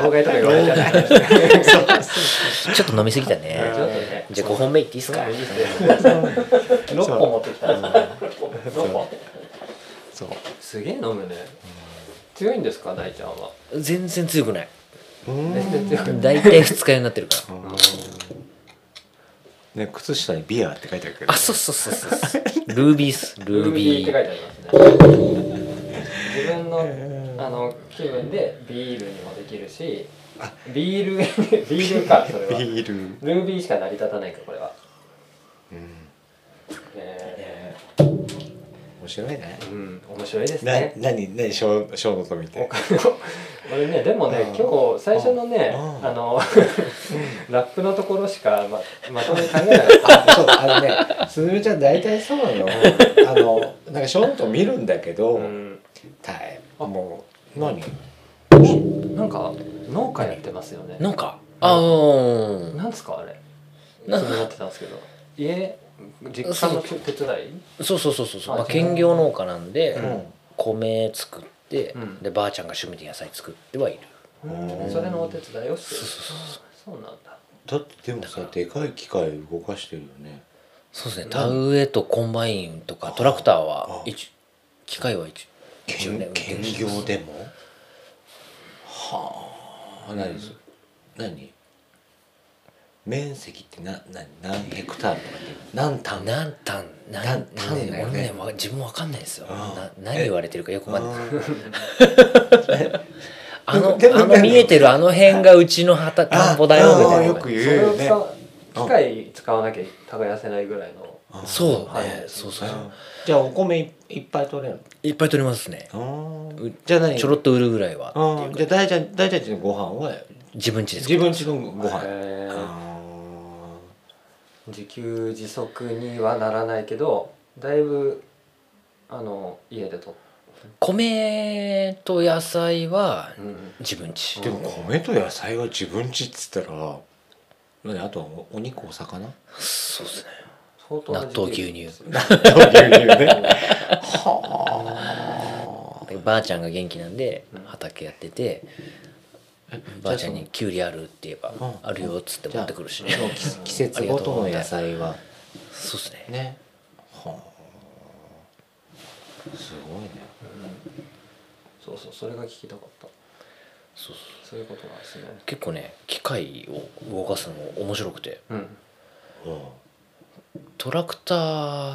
老害とか言われちゃうね。 ちょっと飲みすぎたね。 ちょっとね。 じゃあ5本目いっていいですか。 いいですね。6本持ってきた。6本。 そうすげえ飲むね。強いんですか、大ちゃんは。 全然強くない。 全然強くない。 大体二日酔いになってるから。 ね、靴下にビアって書いてあるけど、 あ、そうルービース、 ルービーって書いてありますね。自分の気分でビールにもできるし、ビールか、それは。 ビール、 ルービーしか成り立たないか、これは。 面白いね。 面白いですね。 何ショーノと見て。 俺ね、でもね、今日最初のね、ラップのところしかまとめ考えなかった。 そうね、すずめちゃん大体そうなの。なんかショーノと見るんだけど、もう何？ なんか農家やってますよね。 農家？ なんですかあれ？気になってたんですけど、実家の手伝い？ そう。兼業農家なんで、米作って、でばあちゃんが趣味で野菜作ってはいる。 それのお手伝いをしてる。そうなんだ。 だってでもさ、でかい機械動かしてるよね。 そうですね。田植えとコンバインとかトラクターは機械は一応ね。 兼業でも？はあ、何？面積って何ヘクタールとかって何単だよね。 俺ね自分わかんないですよ。何言われてるかよくわかんない。見えてるあの辺がうちの田んぼだよみたいな。 よく言うよね。 機械使わなきゃ耕せないぐらいの。 そうね。そう。 じゃあお米いっぱい取れるの？ いっぱい取れますね。 じゃあ何？ ちょろっと売るぐらいは。 じゃあ大ちゃんちのご飯は自分家です。 自分家のご飯。 自給自足にはならないけど、だいぶ家でと米と野菜は自分家。 でも米と野菜は自分家っつったら、あとはお肉お魚？ そうですね。 納豆牛乳。 ね。はあ。ばあちゃんが元気なんで畑やってて、ばあちゃんにキュウリあるって言えばあるよっつって持ってくるしね。 季節ごとの野菜は。 そうですね。 ね。はあ。すごいね。 そうそれが聞きたかった。そういうことなんですね。 結構ね、機械を動かすのも面白くて、トラクター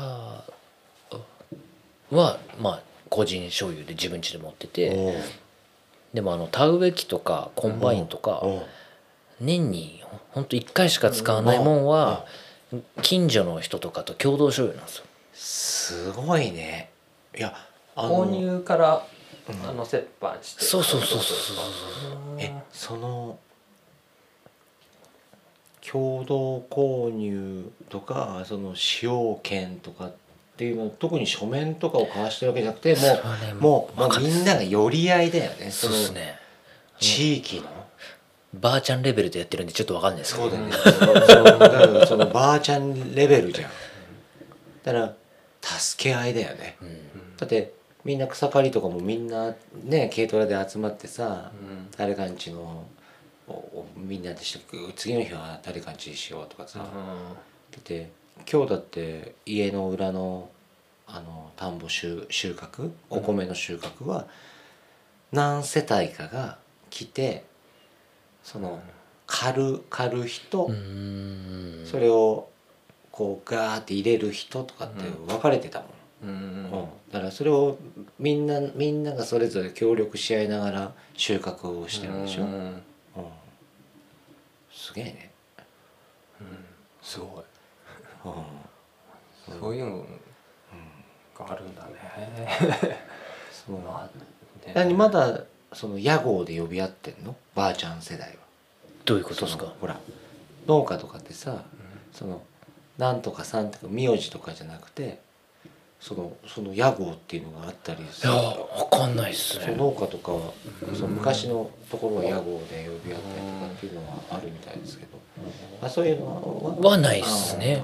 は個人所有で自分家で持ってて、でも田植え機とかコンバインとか年にほんと1回しか使わないもんは近所の人とかと共同所有なんですよ。 すごいね。いや、 購入から折半して。 そう。 その共同購入とかその使用権とかっていうの、特に書面とかを交わしてるわけじゃなくて、もうみんなが寄り合いだよね。 そうですね。 地域のばあちゃんレベルでやってるんでちょっとわかんないですけど。 そうだよね。そのばあちゃんレベルじゃん。だから助け合いだよね。だってみんな草刈りとかもみんなね、軽トラで集まってさ、誰かんちのみんなでして次の日は誰かんちにしようとかさ、だって今日だって家の裏の田んぼ収穫、お米の収穫は何世帯かが来て、その刈る人、それをこうガーって入れる人とかって分かれてたもん。だからそれをみんながそれぞれ協力し合いながら収穫をしてるんでしょ。すげえね。 すごい。そういうのがあるんだね。 何まだその屋号で呼び合ってんの？ばあちゃん世代は。 どういうことですか？ ほら農家とかってさ、そのなんとかさんとか名字とかじゃなくて、その屋号っていうのがあったりする。 いや、わかんないっすね。 農家とかはその昔のところは屋号で呼び合ったりとかっていうのはあるみたいですけど、そういうのはないっすね。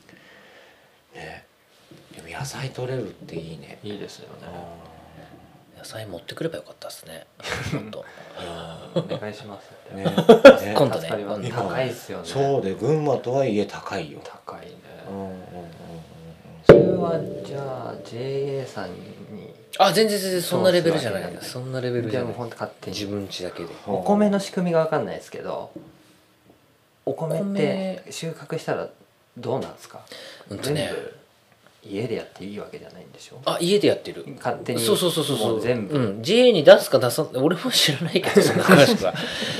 ね、でも野菜取れるっていいね。 いいですよね。 野菜持ってくればよかったですねもっとお願いしますってねね今度ね助かります今度高いっすよね。 そうで群馬とはいえ高いよ。 高いね。 うんそれはじゃあ JA さんにあ全然そんなレベルじゃないそうっすわけそんなレベルじでもゃない本当勝手に自分家だけでお米の仕組みが分かんないですけど、お米って収穫したらどうなんですか？全ね部家でやっていいわけじゃないんでしょ？ あ家でやってる勝手にそうもう全部、 うん、JA に出すか出さ俺も知らないけどそんな詳しくは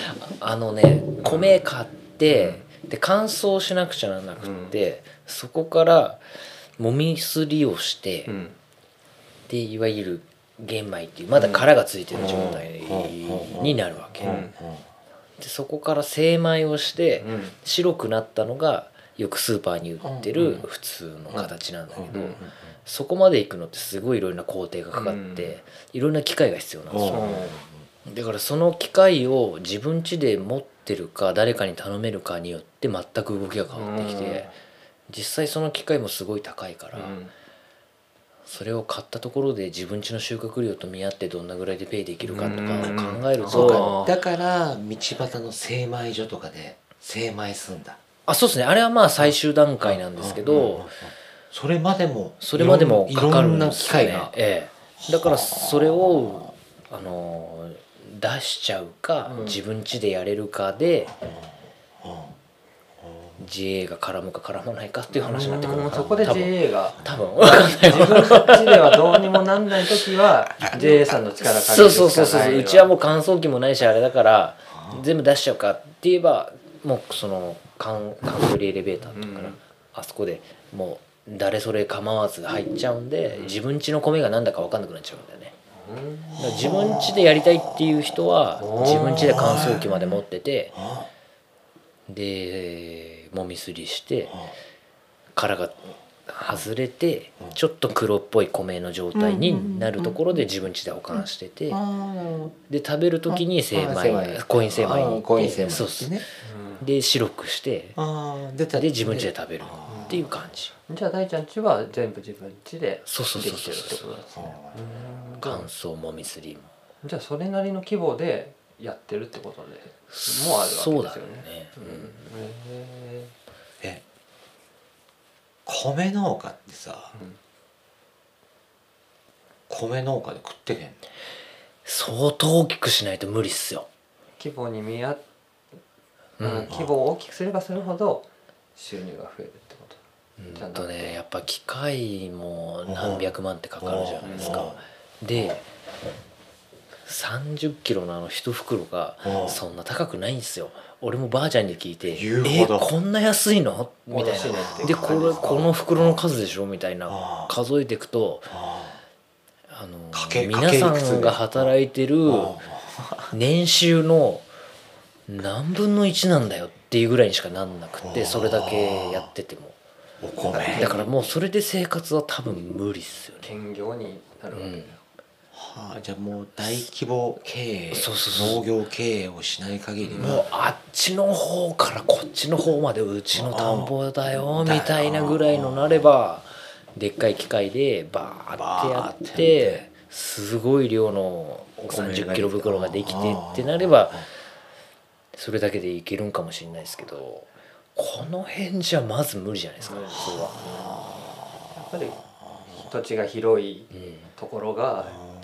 米買ってで乾燥しなくちゃならなくって、そこからもみすりをして、 うんでいわゆる玄米っていうまだ殻がついてる状態になるわけ、 うんでそこから精米をしてうん白くなったのがよくスーパーに売ってる普通の形なんだけど、そこまで行くのってすごいいろいろな工程がかかっていろんな機械が必要なんですよ。だからその機械を自分家で持ってるか誰かに頼めるかによって全く動きが変わってきて、実際その機械もすごい高いから、それを買ったところで自分家の収穫量と見合ってどんなぐらいでペイできるかとかを考えるそうと、 かだから道端の精米所とかで精米すんだ。 そうですね、あれはまあ最終段階なんですけど、 それまでもかかるんなですよね機械が、 だからそれを出しちゃうか、自分家でやれるかで、JA が絡むか絡まないかっていう話になってくるのかな。 そこで JA が多分分かんない自分たちではどうにもなんない時は JA さんの力借りるしかないそううちはもう乾燥機もないしあれだから全部出しちゃうかって言えば、もうその缶取りエレベーターっていうかな、あそこでもう誰それ構わず入っちゃうんで、自分家の米が何だか分かんなくなっちゃうんだよね。だから自分家でやりたいっていう人は自分家で乾燥機まで持ってて、でもみすりして殻が外れてちょっと黒っぽい米の状態になるところで自分家で保管してて、で食べる時に精米コイン精米に行ってそうそうで白くしてで自分家で食べるっていう感じ。 じゃあ大ちゃん家は全部自分家ででそうきてるってことですね。 乾燥もみすりもじゃあそれなりの規模でやってるってことでもあるわけですよね。 そうだね、 米農家ってさ、米農家で食ってけんの？ 相当大きくしないと無理っすよ。 規模に規模を大きくすればするほど収入が増えるってこと。 やっぱ機械も何百万ってかかるじゃないですか。で30キロの1袋がそんな高くないんですよ。俺もばあちゃんに聞いてこんな安いのみたいな。でこの袋の数でしょみたいな数えていくと皆さんが働いてる年収の何分の1なんだよっていうぐらいにしかなんなくて、それだけやっててもだからもうそれで生活は多分無理っすよね。 兼業になるわけだよ。 じゃあもう大規模経営農業経営をしない限りはもうあっちの方からこっちの方までうちの田んぼだよみたいなぐらいのなれば、でっかい機械でバーってやってすごい量の30キロ袋ができてってなればそれだけでいけるんかもしれないですけど、この辺じゃまず無理じゃないですか。それはやっぱり土地が広いところが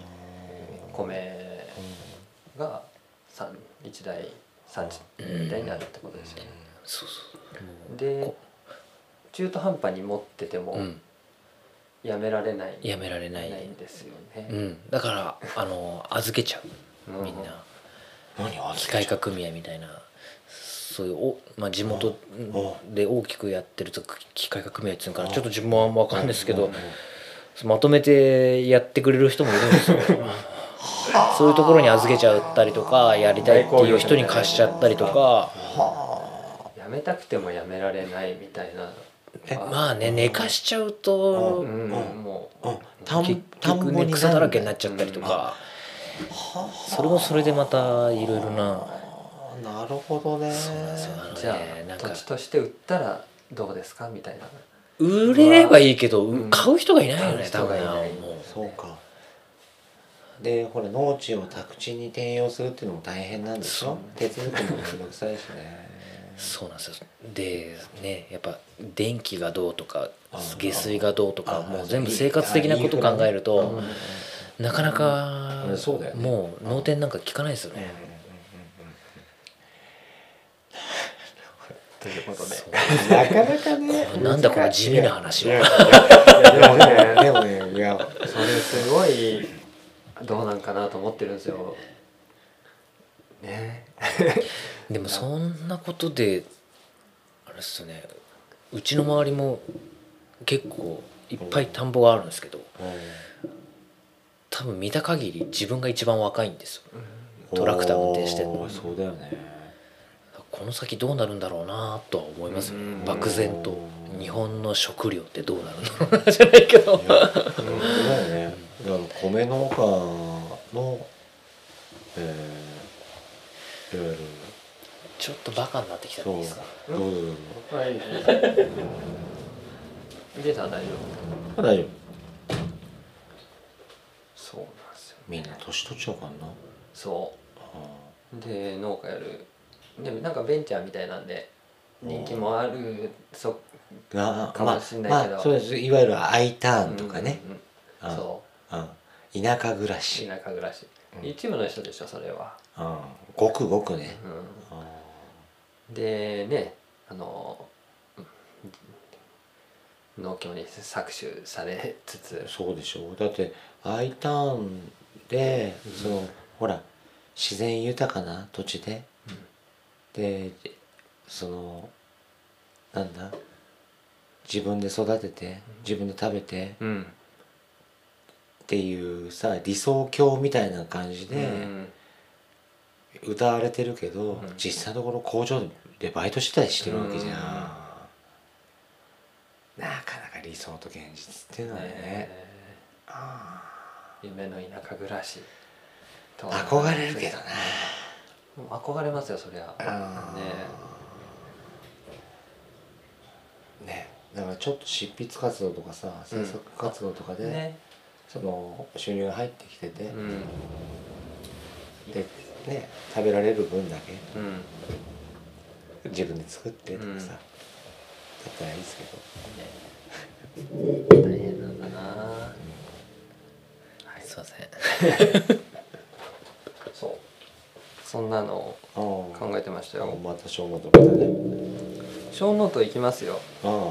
米が一大産地みたいになるってことですよね。で中途半端に持っててもやめられないんですよね。 だから預けちゃうみんな。機械化組合みたいなそういう地元で大きくやってると機械化組合っていうのかな、ちょっと自分も分かんないですけど、まとめてやってくれる人もいるんですよ。そういうところに預けちゃったりとか、やりたいっていう人に貸しちゃったりとか。 やめたくてもやめられないみたいな。 まあね、寝かしちゃうともう結局ね草だらけになっちゃったりとか、それもそれでまたいろいろな。 なるほどね。 じゃあ土地として売ったらどうですかみたいな。 売れればいいけど買う人がいないよね多分。 そうか。 でほら農地を宅地に転用するっていうのも大変なんでしょ。手続きもめんどくさいしね。 そうなんですよ。でね、やっぱ電気がどうとか下水がどうとかもう全部生活的なことを考えるとなかなかもう農店なんか聞かないですよね。 ということでなかなかね。 なんだこの地味な話は。 でもね、いやそれすごいどうなんかなと思ってるんですよ。ね。 でもそんなことであれですよね。うちの周りも結構いっぱい田んぼがあるんですけど、多分見た限り自分が一番若いんですよ。トラクター運転してるの。 そうだよね。 この先どうなるんだろうなとは思いますね。漠然と日本の食料ってどうなるんだろうなじゃないけど。 そうだよね。米農家のいわゆるちょっとバカになってきたんでいいですか。 どうぞどうぞ。 はい。ジェイさん大丈夫？ 大丈夫。 そうなんですよ。 みんな年取っちゃうからな。 そうで農家やるでもなんかベンチャーみたいなんで人気もあるかもしれないけど、 そうです。いわゆる I ターンとかね、 そう、 田舎暮らし、 田舎暮らし、一部の人でしょそれは、 ごくごくね、 でね農協に搾取されつつ、 そうでしょう。だって I ターンでそのほら自然豊かな土地で、でそのなんだ自分で育てて自分で食べてっていうさ理想郷みたいな感じで歌われてるけど、実際のところ工場でバイトしてたりしてるわけじゃん。なかなか理想と現実っていうのはね、 夢の田舎暮らしと憧れるけどな。 憧れますよそりゃね。だからちょっと執筆活動とかさ制作活動とかで、その収入が入ってきてて、でね食べられる分だけ、自分で作ってとかさ、だったらいいですけど、大変なんだな。 すいません。 そうそんなのを考えてましたよ。 また小ノートまたね。 小ノート行きますよ。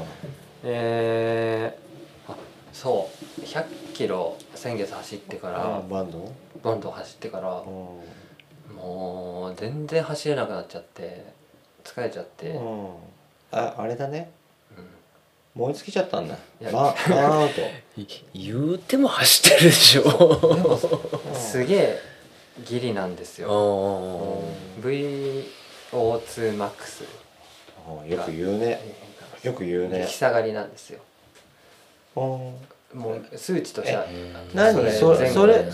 そう100キロ先月走ってからバンド走ってからもう全然走れなくなっちゃって疲れちゃって、 あれだね、燃え尽きちゃったんだ。バーンと言うても走ってるでしょ。でもすげえギリなんですよ。VO2 マックスよく言うね。よく言うね。 引き下がりなんですよ。もう数値としては何それさ、例えば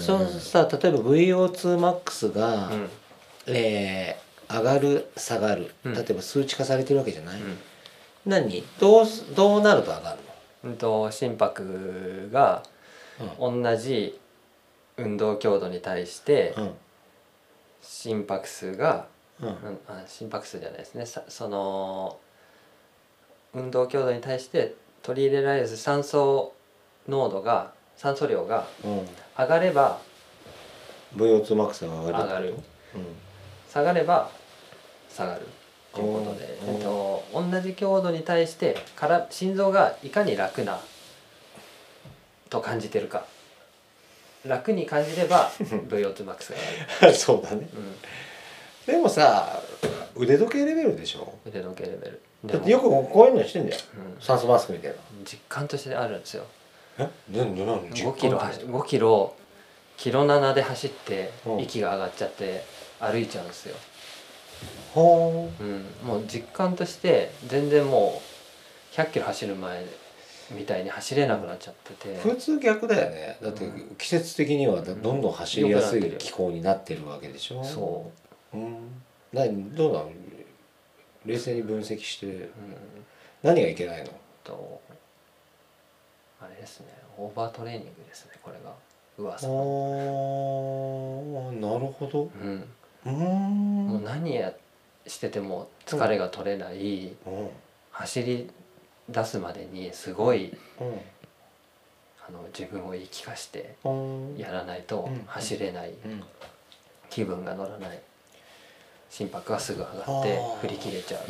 VO2 マックスが上がる下がる、例えば数値化されてるわけじゃない。どうなると上がるの？心拍が同じ運動強度に対して心拍数が心拍数じゃないですね、その運動強度に対して取り入れられる酸素量が上がれば VO2 マックスが上がる、 下がれば下がるということで、同じ強度に対して心臓がいかに楽なと感じてるか、楽に感じれば VO2 マックスが上がる。 そうだね、でもさ腕時計レベルでしょ。 腕時計レベルだってよくこういうのしてんだよ、酸素マスクみたいな。 実感としてあるんですよ。 5 キロキロ7で走って息が上がっちゃって歩いちゃうんですよ。もう実感として全然もう100キロ走る前みたいに走れなくなっちゃってて。 普通逆だよね。だって季節的にはどんどん走りやすい気候になってるわけでしょ。そう、どうなの、冷静に分析して、何がいけないの？ あれですね、オーバートレーニングですね。これが噂。 なるほど。 もう何してても疲れが取れない、走り出すまでにすごい、自分を言い聞かしてやらないと走れない、気分が乗らない、心拍がすぐ上がって振り切れちゃう。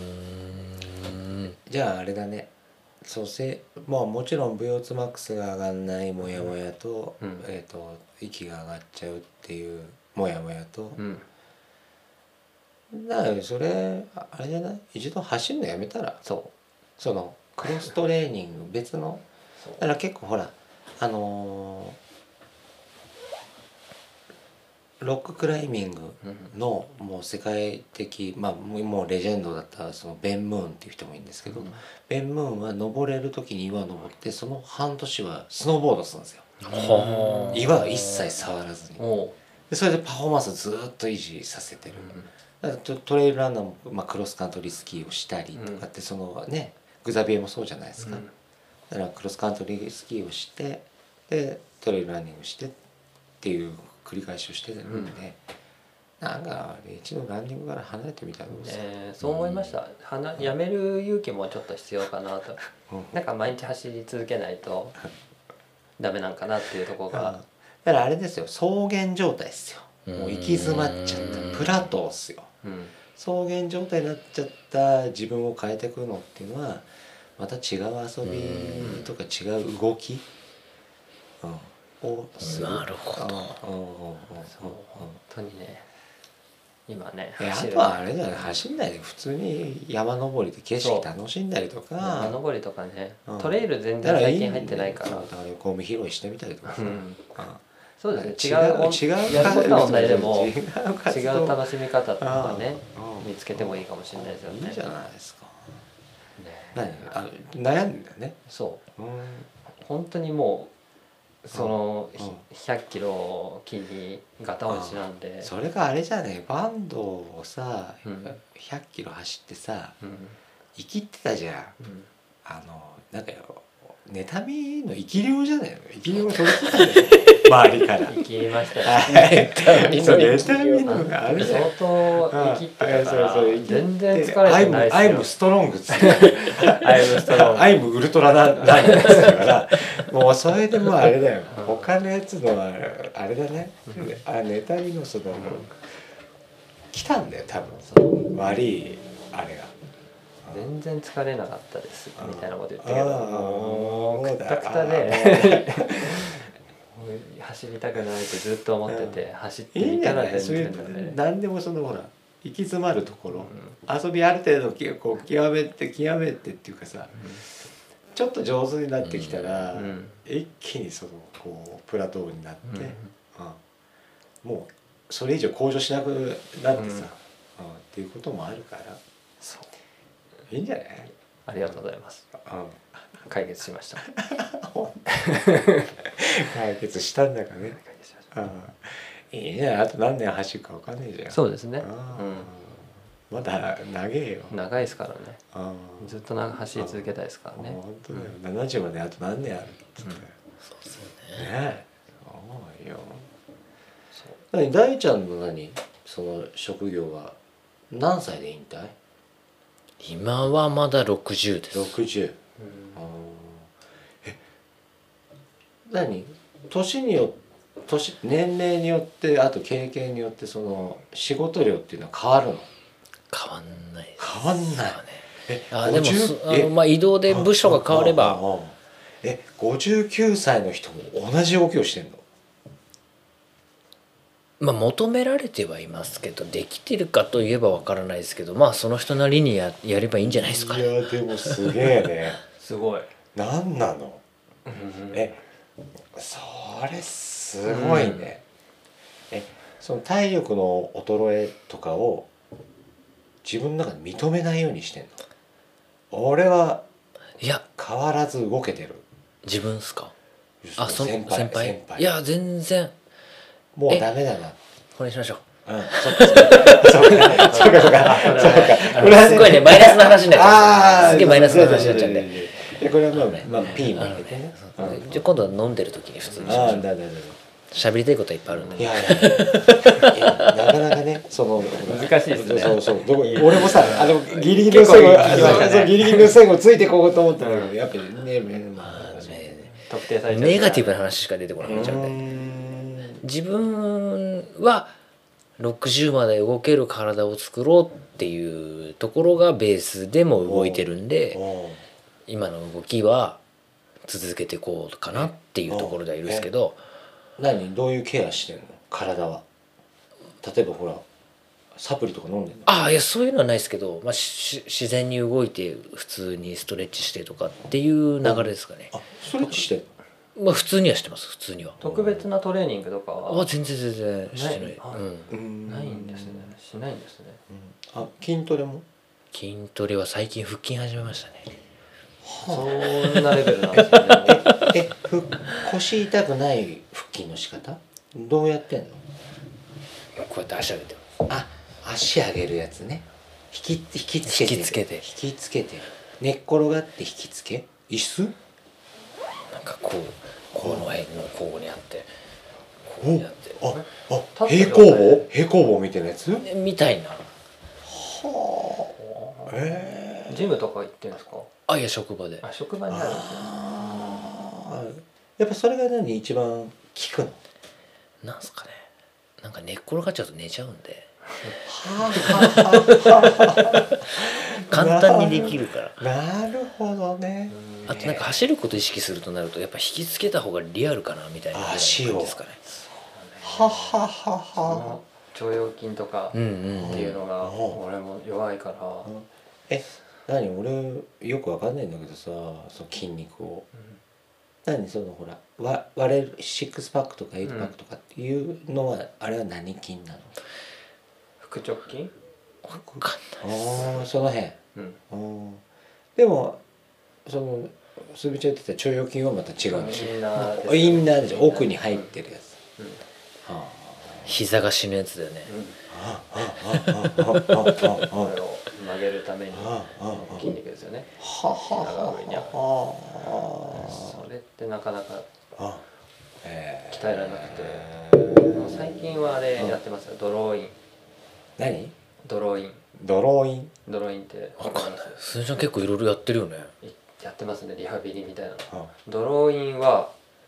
じゃああれだね、まあもちろん VO2 マックスが上がんないモヤモヤと、息が上がっちゃうっていうモヤモヤと、だからそれあれじゃない、一度走るのやめたら、そのクロストレーニング別の、だから結構ほらロッククライミングのもう世界的、まあもうレジェンドだったそのベン・ムーンっていう人もいいんですけど、ベン・ムーンは登れる時に岩を登って、その半年はスノーボードするんですよ。岩は一切触らずに。でそれでパフォーマンスをずっと維持させてる。だからトレイルランナーも、クロスカントリースキーをしたりとかって、そのねグザビエもそうじゃないですか。だからクロスカントリースキーをして、でトレイルランニングしてっていう繰り返しをしてるんで、なんか一度ランニングから離れてみたらどうですか。 そう思いました。やめる勇気もちょっと必要かなと。なんか毎日走り続けないとダメなんかなっていうところが。 だからあれですよ、草原状態ですよ。もう行き詰まっちゃったプラトーっすよ。草原状態になっちゃった自分を変えていくのっていうのは、また違う遊びとか違う動きをする。 なるほど。 本当にね、今ね。 あとはあれじゃない、走んないで普通に山登りで景色楽しんだりとか。 山登りとかね、トレイル全然最近入ってないから。だからゴミ拾いしてみたりとかさ。 そうですね。違うやることは同じでも違う楽しみ方とかね見つけてもいいかもしれないですよね。 いいじゃないですか。悩んだよね。 本当にもうその100キロ機にガタ落ちなんで。 それがあれじゃね、バンドをさ100キロ走ってさ生きってたじゃん。なんか妬みの生き量じゃないの。生き量が取れてたんだよ周りから生きましたよ。 妬みのがあるじゃん。 相当生きってたから全然疲れてないですよ。 アイムストロングっつってアイムウルトラなんだからもうそれでもうあれだよ。他のやつのはあれだね。妬みのその来たんだよ多分。悪いあれが。 全然疲れなかったですみたいなこと言ったけど、もうくたくたで走りたくないってずっと思ってて、走ってみたら全然ダメ。 何でもそのほら行き詰まるところ、遊びある程度こう極めてっていうかさ、ちょっと上手になってきたら一気にそのこうプラトーになって、もうそれ以上向上しなくなってさ、っていうこともあるから。いいんじゃない？ ありがとうございます。解決しました。 解決したんだからね。いいね。あと何年走るか分かんないじゃん。 そうですね。 まだ長えよ。 長いですからね。ずっと走り続けたいですからね。 本当だよ。70まであと何年あるっつって。 そうですよね。そうよ。大ちゃんのその職業は何歳で引退？ 今はまだ60です。 60。年齢によってあと経験によってその仕事量っていうのは変わるの？ 変わんないです。 変わんない。 でも移動で部署が変われば。 59歳の人も同じ動きをしてんの？ 求められてはいますけど、できてるかといえばわからないですけど、その人なりにやればいいんじゃないですかね。 いやでもすげえね。 すごい。 何なの？それすごいね。その体力の衰えとかを自分の中で認めないようにしてんの？俺はいや変わらず動けてる。 自分っすか？ 先輩。 いや全然。 もうダメだな。 これにしましょう。 そうか。 すごいねマイナスな話になっちゃう。すげえマイナスな話になっちゃうんで。 これはまあピーも入れてね。 じゃあ今度は飲んでる時に普通にしましょう。 喋りたいことはいっぱいあるんだけど、 いやなかなかねその難しいですね。 そう俺もさギリギリの線をギリギリの線をついてこうと思ったらやっぱりね特定されちゃう。 ネガティブな話しか出てこなくなっちゃうんで、自分は60まで動ける体を作ろうっていうところがベースでも動いてるんで、今の動きは続けていこうかなっていうところではいるんですけど。 どういうケアしてんの体は？例えばほらサプリとか飲んでんの？ いやそういうのはないですけど、自然に動いて普通にストレッチしてとかっていう流れですかね。 ストレッチしてんの？普通にはしてます。普通には。 特別なトレーニングとかは全然してない。 ないんですね。しないんですね。 筋トレも？ 筋トレは最近腹筋始めましたね。 そんなレベルなんですね。 腰痛くない腹筋の仕方どうやってんの？ こうやって足上げて足上げるやつね。引きつけて寝っ転がって引きつけ椅子なんかこの辺のこうにあってこうにあって平行棒みたいなやつみたいな。 ジムとか行ってんですか？ いや職場で。 職場にあるんですね。 やっぱそれが一番効くの？ なんすかね。なんか寝っ転がっちゃうと寝ちゃうんで簡単にできるから。 なるほどね。 あとなんか走ること意識するとなるとやっぱ引きつけた方がリアルかなみたいな足をですかね。 腸腰筋とかっていうのが俺も弱いから。 俺よくわかんないんだけどさ、その筋肉をそのほら割れるシックスパックとかエイトパックとかっていうのは、あれは何筋なの？ 腹直筋？ わかんないです。 その辺。でもそのすびちゃん言ってた腸腰筋はまた違うんでしょ？インナーでしょ？奥に入ってるやつ。 膝が死ぬやつだよね。 これを曲げるために筋肉ですよね。膝が上にある。それってなかなか鍛えられなくて、最近はあれやってますよ。ドローイン。 何？ ドローイン。 ドローイン。 ドローインってわかんない。すずちゃん結構いろいろやってるよね。 やってますね。リハビリみたいな。ドローインは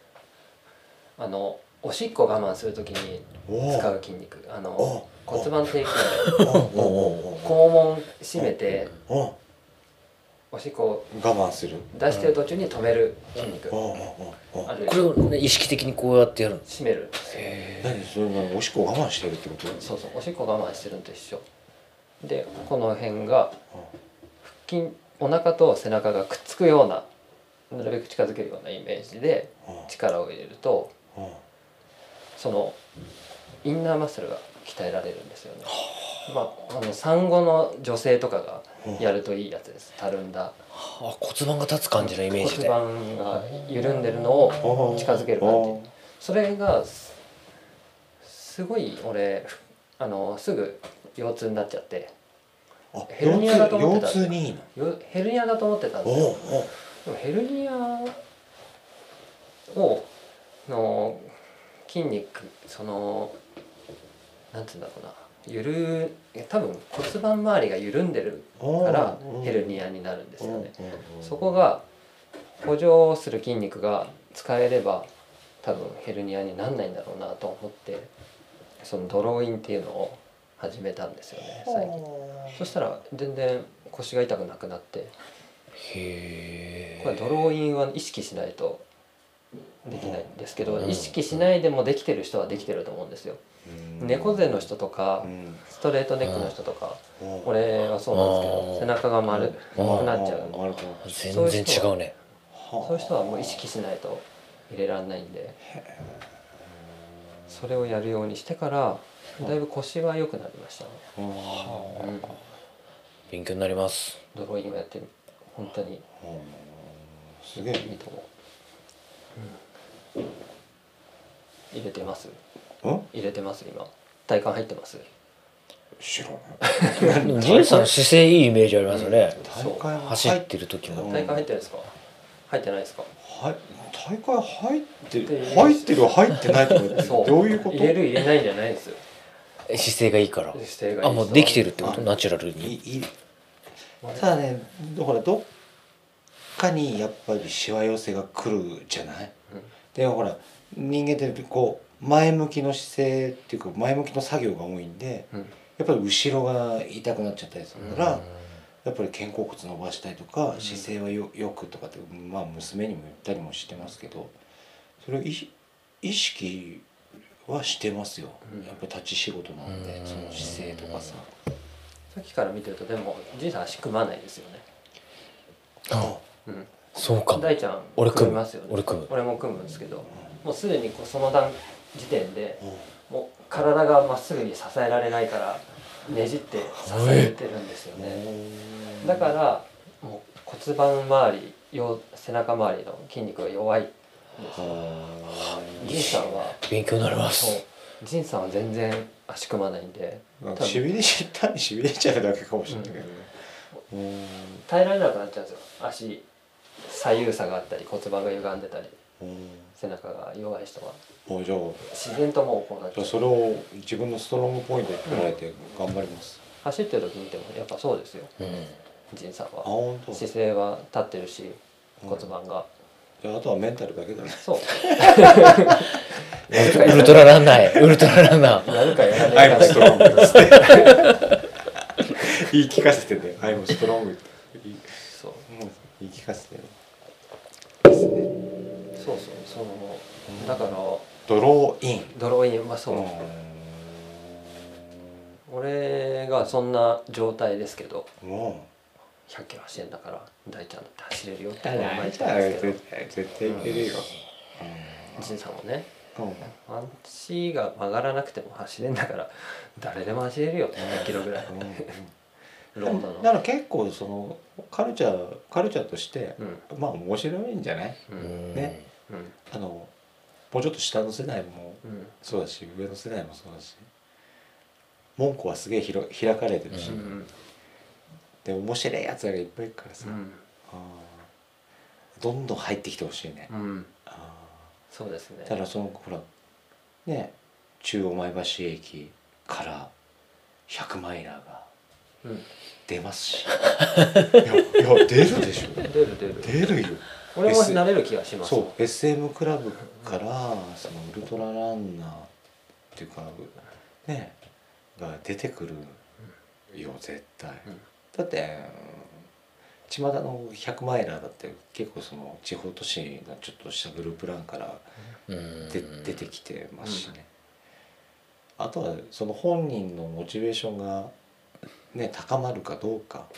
おしっこ我慢するときに使う筋肉、骨盤底筋肛門締めておしっこを我慢する出してる途中に止める筋肉、 これを、ね、意識的にこうやってやるんです。 締める。 何それ？おしっこ我慢してるってこと？ そうおしっこ我慢してるのと一緒で、この辺が腹筋、お腹と背中がくっつくような、なるべく近づけるようなイメージで力を入れるとそのインナーマッスルが鍛えられるんですよね。産後の女性とかがやるといいやつです。たるんだ骨盤が立つ感じのイメージで、 骨盤が緩んでるのを近づける感じ。それがすごい俺すぐ腰痛になっちゃって、ヘルニアだと思ってたんですよ。ヘルニアだと思ってたんですよ。でもヘルニアを筋肉なんていうんだろうな、多分骨盤周りが緩んでるからヘルニアになるんですよね。そこが補助する筋肉が使えれば多分ヘルニアになんないんだろうなと思って、そのドローインっていうのを始めたんですよね最近。そしたら全然腰が痛くなくなって。これドローインは意識しないとできないんですけど、意識しないでもできてる人はできてると思うんですよ。猫背の人とかストレートネックの人とか、俺はそうなんですけど背中が丸くなっちゃう。 全然違うね。 そういう人はもう意識しないと入れられないんで、それをやるようにしてからだいぶ腰は良くなりましたね。 勉強になります。 ドローインをやって本当にすげえいいと思う。入れてます？入れてます今。体幹入ってます？ 知らない。 ジンさん姿勢いいイメージありますよね。 体幹走ってる時も。 体幹入ってるんですか？ 入ってないですか？ はい、大会入ってる入ってないとかってどういうこと？ 入れる入れないんじゃないんですよ。 姿勢がいいから。 姿勢がいい。 もうできてるってこと？ナチュラルに。 ただね、ほらどっかにやっぱりしわ寄せが来るじゃない、でほら人間ってこう前向きの姿勢っていうか前向きの作業が多いんで、やっぱり後ろが痛くなっちゃったりするから、やっぱり肩甲骨伸ばしたりとか、姿勢はよくとかってまあ娘にも言ったりもしてますけど、それを意識はしてますよ。やっぱり立ち仕事なんで、その姿勢とかさ。 さっきから見てるとでもじいさん足組まないですよね。 そうか。 大ちゃん俺組みますよね。 俺も組むんですけど、もうすでにその時点でもう体がまっすぐに支えられないからねじって支えてるんですよね。だからもう骨盤周り背中周りの筋肉が弱いんですよ。じいさんは勉強になります。 じいさんは全然足組まないんで、 しびれちゃうだけかもしれないけどね。 耐えられなくなっちゃうんですよ。足左右差があったり骨盤が歪んでたり背中が弱い人はじゃあ自然ともうこうなっちゃう。 それを自分のストロングポイントに捉えて頑張ります。 走ってる時見てもやっぱそうですよ。仁さんは本当。 姿勢は立ってるし骨盤が、 じゃああとはメンタルだけだね。 そうウルトラランナーやるかやらないかだけ言い聞かせてね。アイムストロングってそう言い聞かせてね。 そうだからドローインはそう、俺がそんな状態ですけど、100キロ走れんだから大ちゃんだって走れるよって言ったんですけど、 絶対いけるよ。 仁さんもね、足が曲がらなくても走れんだから誰でも走れるよ100キロぐらい。 だから結構そのカルチャーとしてまあ面白いんじゃない？ね。もうちょっと下の世代もそうだし、上の世代もそうだし、門戸はすげえ開かれてるし、で面白いやつらがいっぱいいるからさ、どんどん入ってきてほしいね。 そうですね。 ただそのほらね、中央前橋駅から100マイラーが出ますし、いや出るでしょ。出るよ。 俺も慣れる気がします。 そう SM クラブからそのウルトラランナーっていうかねが出てくるよ絶対。だって巷の100マイラーだって結構その地方都市のちょっとしたグループランから出てきてますしね。あとはその本人のモチベーションがね高まるかどうか。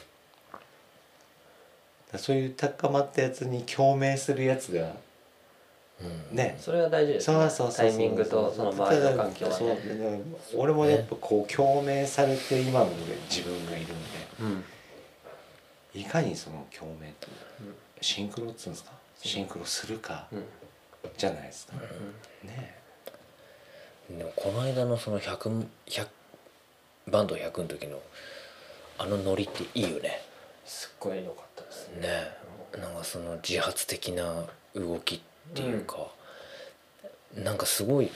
そういう高まったやつに共鳴するやつがね、 それは大事ですね。タイミングとその周りの環境はね。 俺もやっぱこう共鳴されて今の自分がいるんで、いかにその共鳴とシンクロっつうんですか、シンクロするかじゃないですかね。 でもこの間のその100バンド100の時のノリっていいよね。 すっごい良かったですね。なんかその自発的な動きっていうか、なんかすごい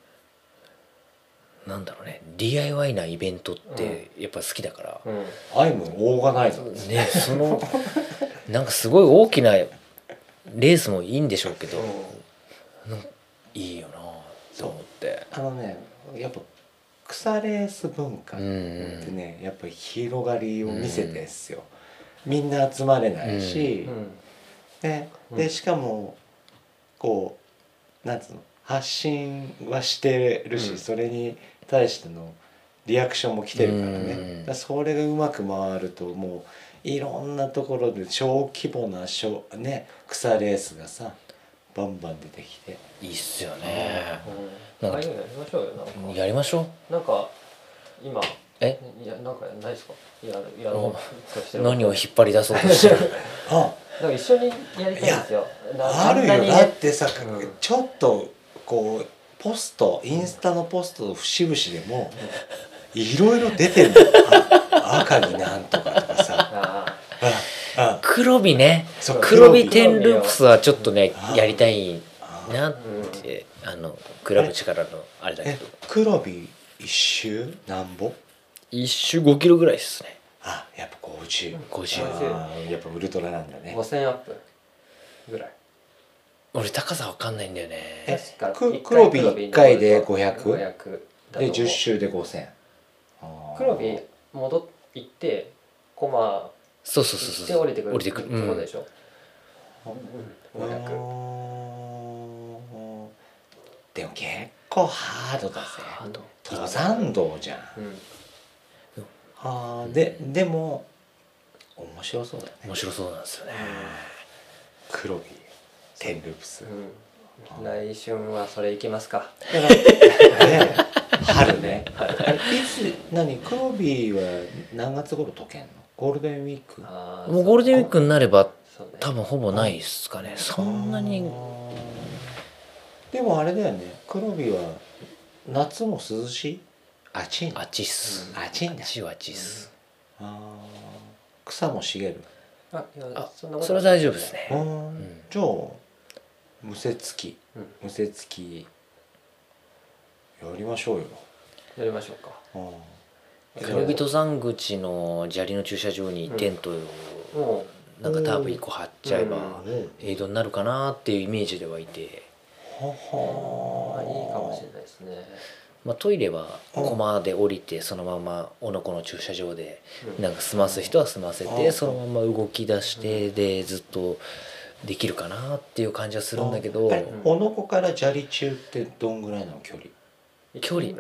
なんだろうね、 DIY なイベントってやっぱ好きだから、 アイムオーガナイザーですね。そのなんかすごい大きなレースもいいんでしょうけど、いいよなと思って。 やっぱ草レース文化ってね、やっぱり広がりを見せてですよ。みんな集まれないし、でしかもこうなんつうの、発信はしてるし、それに対してのリアクションも来てるからね。それがうまく回るともういろんなところで小規模な草レースがさバンバン出てきていいっすよね。 ああいうのやりましょうよ。なんかやりましょう。 なんか今いやなんかないですか？やろうとしてる。 何を引っ張り出そうとしてる。 なんか一緒にやりたいんですよ。 あるよ。だってさ、ちょっとこうポスト、インスタのポストの節々でもいろいろ出てるの。赤になんとかとかさ。 黒帯ね。 そう黒帯10ループスはちょっとねあやりたいなってクラブ力のあれだけど黒帯一周なんぼ？ 一周5キロぐらいですね。 あ、やっぱ50。 50。 やっぱウルトラなんだね。 5000アップぐらい。 俺高さわかんないんだよね。 確か黒帯1回で500 500 で10周で5000。 黒帯戻ってコマそうそうそうそう。 行って降りてくる降りてくる。 ってことでしょ。500。 でも結構ハードだぜ。 ハード登山道じゃん。でも面白そうだね。 面白そうなんですよね。 黒帯テンループス。 来春はそれ行きますか。 春ね。いつ黒帯は何月頃解けんの？ゴールデンウィーク。 もうゴールデンウィークになればそうね多分ほぼないですかね。そんなに。 でもあれだよね。黒帯は夏も涼しい？暑いの？ 暑いっす。 暑いんだ。 暑いは暑いっす。 草も茂る。 そんなことそれは大丈夫ですね。 じゃあ無節期やりましょうよ。 やりましょうか。 黒帯登山口の砂利の駐車場にテントをなんかタープ1個張っちゃえばエイドになるかなっていうイメージではいて、 いいかもしれないですね。 まあ、トイレは駒で降りてそのままおのこの駐車場でなんか済ます人は済ませてそのまま動き出してでずっとできるかなっていう感じはするんだけど、 おのこから砂利中ってどんぐらいの距離？ 距離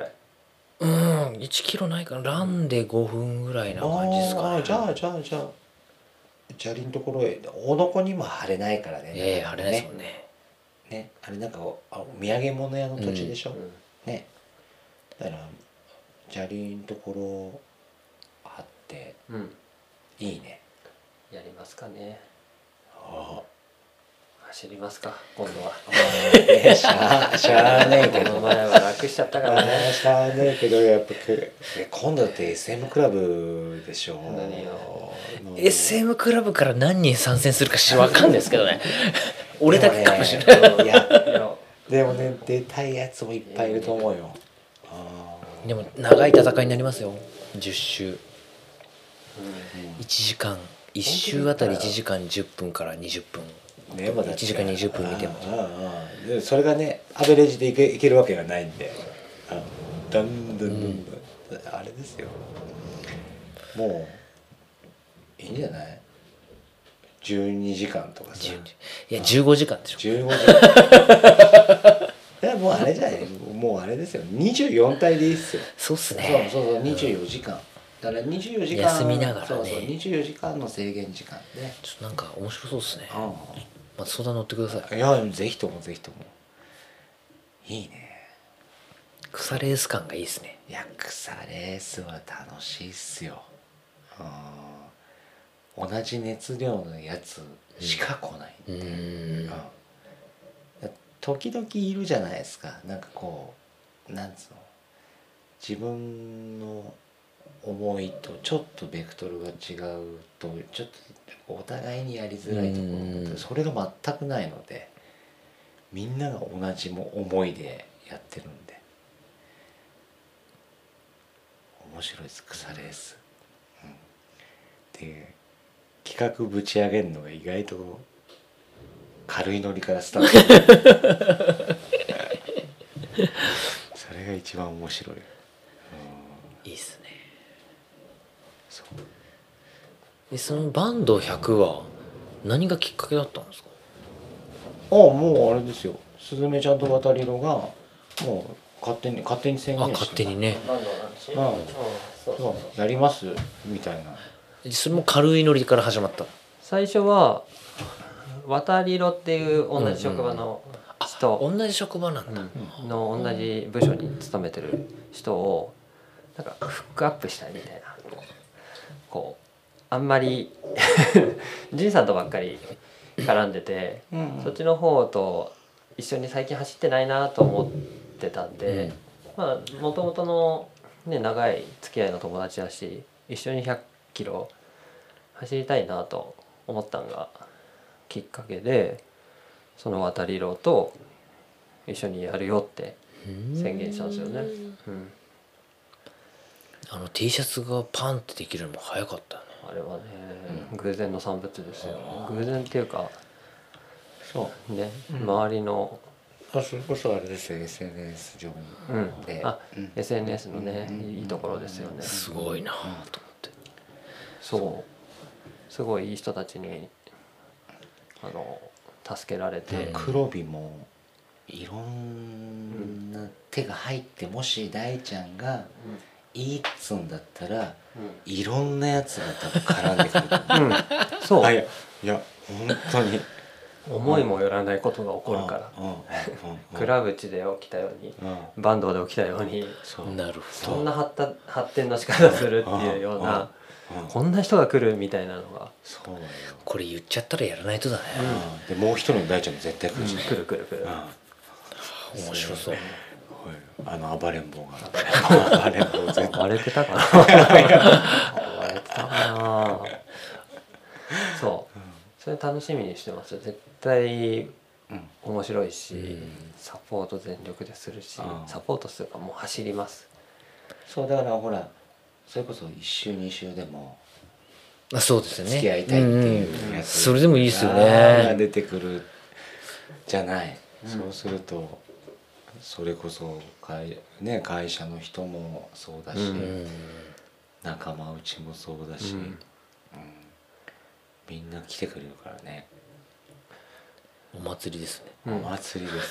1キロないかな。ランで5分ぐらいな感じですかね。 じゃあ砂利のところへおのこにも張れないからね。 張れないですもんね。 ね、あれなんかお土産物屋の土地でしょ。ね、だから砂利のところ張っていいね。 やりますかね。 ああ。 走りますか今度は。 しゃあねえけど。 この前は楽しちゃったからね。 しゃあねえけどやっぱ今度だって SM クラブでしょ。 何よ。 SM クラブから何人参戦するか分かんないですけどね。俺だけかもしれない。 いやでもね出たいやつもいっぱいいると思うよ。 でも長い戦いになりますよ。10周。1時間1周あたり1時間10分から20分。 ね、 1時間20分見てもそれがねアベレージでいけるわけがないんでどんどんあれですよ。もういいんじゃない？ 12 時間とかさ。 いや15時間でしょ。 15時間いやもうあれじゃないもうあれですよ24体でいいっすよ。 そうっすね。 そう24時間だから24時間休みながらね。 そう24時間の制限時間でちょっとなんか面白そうっすね。まあ相談乗ってください。 いやぜひともぜひともいいね。 草レース感がいいっすね。 いや草レースは楽しいっすよ。同じ熱量のやつしか来ないんで、時々いるじゃないですか。なんかこうなんつうの自分の思いとちょっとベクトルが違うとちょっとお互いにやりづらいところがあってそれが全くないのでみんなが同じ思いでやってるんで面白いです草レース。で企画ぶち上げるのが意外と軽いノリからスタートそれが一番面白い。 いいっすね。 そうそのバンド100は何がきっかけだったんですか？ もうあれですよ。スズメちゃんと渡り色がもう勝手に宣言して勝手にね。 そうやりますみたいな。 それも軽いノリから始まった。 最初は渡り色っていう同じ職場の人、 同じ職場なんだ、 の同じ部署に勤めてる人をなんかフックアップしたいみたいなこうあんまり仁さんとばっかり絡んでて、そっちの方と一緒に最近走ってないなと思ってたんで、まあもともとの、ね、長い付き合いの友達だし一緒に100キロ走りたいなと思ったんがきっかけで、その渡り郎と一緒にやるよって宣言したんですよね。 T シャツがパンってできるのも早かったね。 あれはね、偶然の産物ですよ。偶然っていうか、そうね、周りのそれこそあれですよ、 SNS 上で、 SNS のね、いいところですよね。 すごいなと思って。 そうすごいいい人たちに助けられて、 黒帯もいろんな手が入って、もし大ちゃんがいいっつんだったら、いろんなやつが多分絡んでくる。 そう、 いや本当に思いもよらないことが起こるから、倉渕で起きたように、坂東で起きたように、 なるほど、 そんな発展の仕方するっていうような、こんな人が来るみたいなのが、 そうよ、 これ言っちゃったらやらないとだね。 でもう一人の大ちゃんも絶対来るしね、 来る面白そう。 暴れん坊が暴れん坊全部荒れてたかな荒れてたかな。それ楽しみにしてますよ。絶対面白いし、サポート全力でするし、サポートするかもう走ります。 そうだからほら、それこそ1週2週でもそうですよね、 付き合いたいっていうやつ、 それでもいいですよね。 出てくるじゃない。そうするとそれこそ会社の人もそうだし、仲間内もそうだし、みんな来てくれるからね。 お祭りですね。 お祭りです。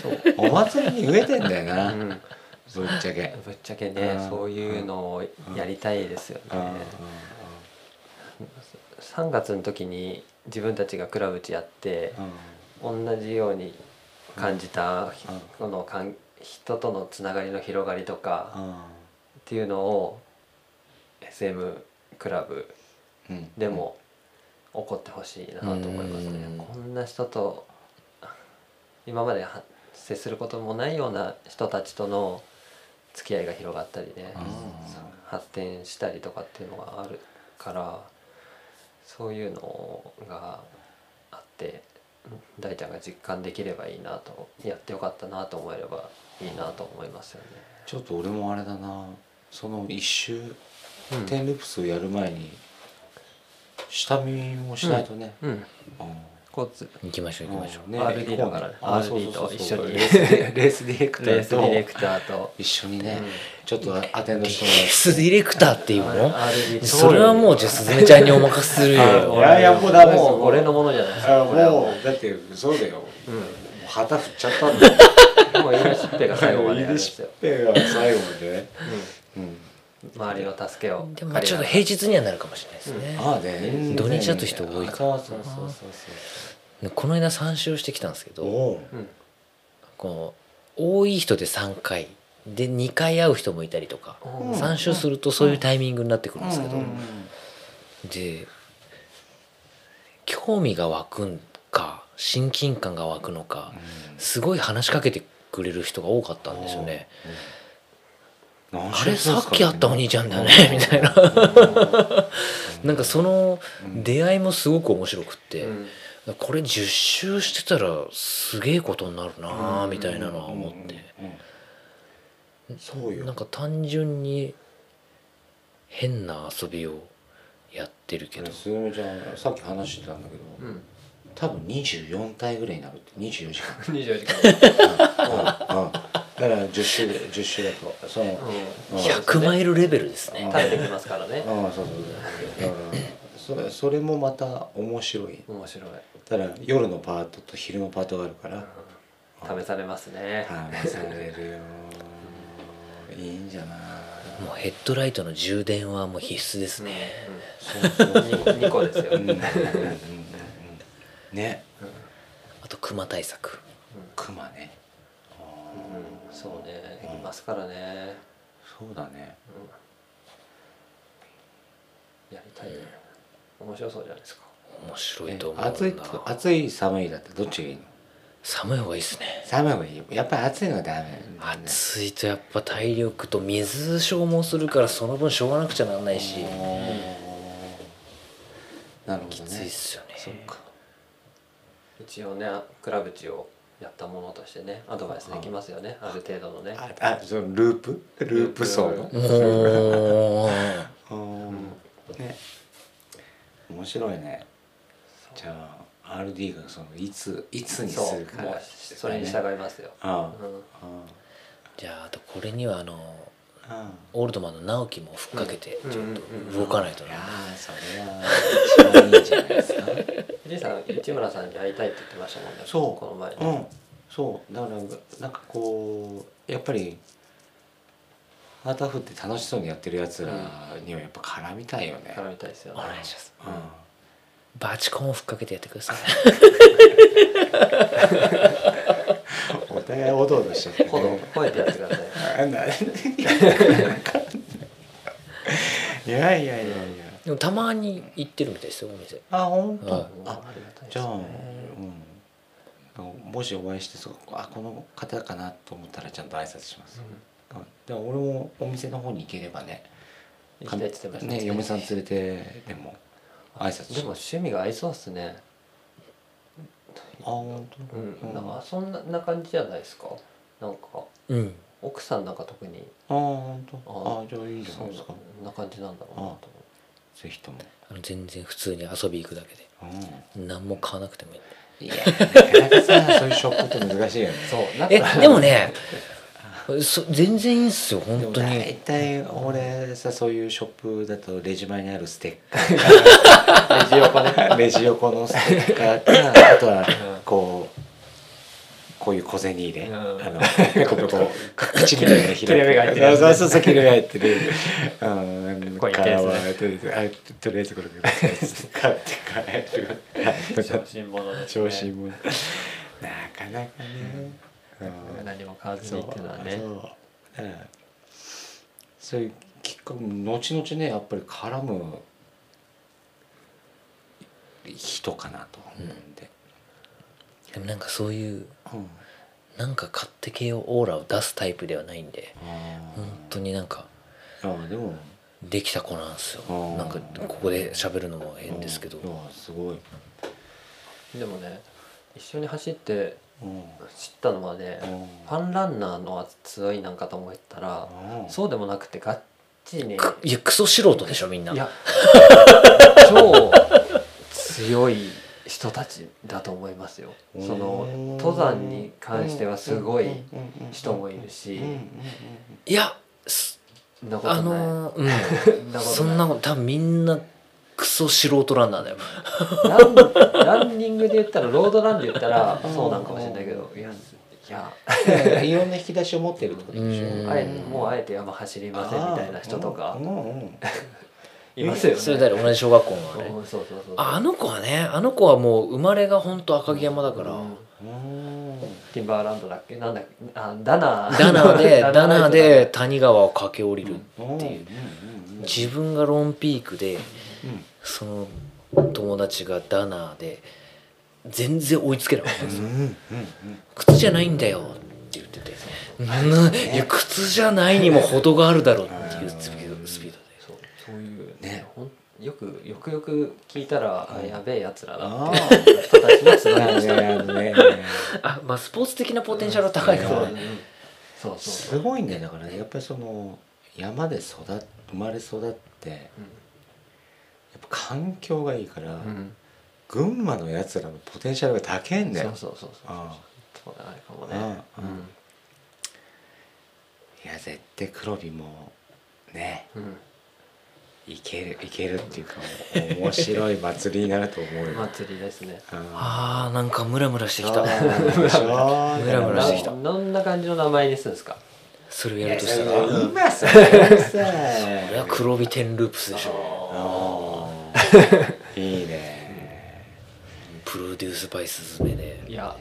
お祭りに飢えてんだよな、ぶっちゃけね、そういうのをやりたいですよね。3月の時に自分たちが倉渕やって、同じように感じたこの人とのつながりの広がりとかっていうのを SM クラブでも起こってほしいなと思いますね。こんな人と今まで接することもないような人たちとの付き合いが広がったりね、発展したりとかっていうのがあるから、そういうのがあって大ちゃんが実感できればいいなと、やってよかったなと思えればいいなと思いますよね。 ちょっと俺もあれだな、その一周テンループスをやる前に下見もしないとね。 行きましょうね、RD だからね、RD と一緒にレースディレクターと一緒にね、ちょっとアテンドしてもらって。 レースディレクターっていうの？それはもうじゃあすずめちゃんにお任せするよ。 いやもうダメです。 もう俺のものじゃないですか。 もうだってそうだよ。旗振っちゃったんだよ。 もう言い出しっぺが最後までやるんですよ。 言い出しっぺが最後までね。 周りの助けを。 でもちょっと平日にはなるかもしれないですね。土日だと人多いから。この間3周してきたんですけど、こう多い人で3回で2回会う人もいたりとか、3周するとそういうタイミングになってくるんですけど、で興味が湧くんか親近感が湧くのか、すごい話しかけてくれる人が多かったんですよね。あれさっき会ったお兄ちゃんだよねみたいななんかその出会いもすごく面白くって、これ10周してたらすげえことになるなみたいなのは思って、なんか単純に変な遊びをやってるけど、 すずめちゃんさっき話してたんだけど、多分24体ぐらいになるって。24時間 24時間だから10周だとその 100マイルレベルですね。 垂れてきますからね。 それもまた面白い。だから夜のパートと昼のパートがあるから試されますね。 試されるよ。いいんじゃない。 もうヘッドライトの充電はもう必須ですね。 2個ですよね。 あとクマ対策。 クマね。 そうね、いますからね。 そうだね。 やりたいね。面白そうじゃないですか。 面白いと思う。 暑い寒いだってどっちがいいの？ 寒い方がいいですね。 寒い方がいい。やっぱり暑いのはダメ。 暑いとやっぱ体力と水消耗するから、その分しょうがなくちゃなんないし。 なるほどね。 きついっすよね。 そっか。 一応ねクラブチをやったものとしてねアドバイスできますよね、ある程度のね。 そのループ層の。ね。面白いね。じゃあ RD がそのいつにするか、 もうそれに従いますよ。 じゃああとこれにはオールドマンの直樹もふっかけてちょっと動かないとな。 いやそれは一番いいんじゃないですか。 藤井さん市村さんに会いたいって言ってましたもんね。 そうこの前ね。そうだからなんかこうやっぱりハートフって楽しそうにやってるやつらにはやっぱ絡みたいよね。 絡みたいですよね。 お願いします。バチコンをふっかけてやってください。 お互いおどおどしちゃって吠えてやってください。 いやでもたまに行ってるみたいですよお店。 本当。 ありがたいですね。 じゃあもしお会いしてこの方かなと思ったらちゃんと挨拶します。で俺もお店の方に行ければね、 行きたいって言ってましたね、嫁さん連れてでも挨拶します。 でも趣味が合いそうっすね。 本当。 なんかそんな感じじゃないですか。なんか奥さんなんか特に本当。じゃあいいじゃないですか。 そんな感じなんだろうなと思って。 ぜひとも。 全然普通に遊び行くだけで何も買わなくてもいい。 いやなかなかさそういうショップって難しいよね。 そうでもね全然いいっすよ本当に。 大体俺さそういうショップだとレジ前にあるステッカーレジ横のステッカーかあとはこういう小銭入れペコペコ口みたいな切れ目が入ってるやつね。 そう切れ目が入ってるこういうケースとりあえずこれ買って帰る小心者ですね。 小心者なかなかね何も買わずにっていうのはね。 そういうきっかけ後々ねやっぱり絡む人かなと思うんで。 でもなんかそういうなんか勝手系をオーラを出すタイプではないんで本当になんかでもできた子なんですよ。なんかここで喋るのも変ですけど。 すごい。 でもね一緒に走って知ったのはね、ファンランナーの強いなんかと思ったらそうでもなくてがっちりね。 いやクソ素人でしょみんな。 いや超強い人たちだと思いますよ。その登山に関してはすごい人もいるし。 いやそんなことない。 そんなこと多分みんなクソ素人ランナーだよ。 ランニングで言ったらロードランで言ったらそうなんかもしれないけど、いろんな引き出しを持ってるってことでしょ。 もうあえて山走りませんみたいな人とかいますよね。 それだ同じ小学校のね。 そうあの子はねあの子はもう生まれが本当赤城山だから。 ティンバーランドだっけなんだっけダナーで谷川を駆け下りるっていう自分がロンピークでその友達がダナーで全然追いつけなかったんですよ。靴じゃないんだよって言ってて、いや靴じゃないにも程があるだろうっていうスピードで。 そういうねよく聞いたらやべえやつらだって人たちのつながりまあスポーツ的なポテンシャルは高いかもね。 すごいんだよ。だからねやっぱりその山で生まれ育ってやっぱ環境がいいから群馬のやつらのポテンシャルが高いんだよ。 そうあれかもね。 いや絶対黒帯もねいけるっていうか面白い祭りになると思うよ。 祭りですね。 なんかムラムラしてきた。 ムラムラしてきた。 どんな感じの名前にするんですか。 それをやるとしたら今さこれは黒帯テンループスでしょ。 いいね。 プロデュースバイス詰めで。 いや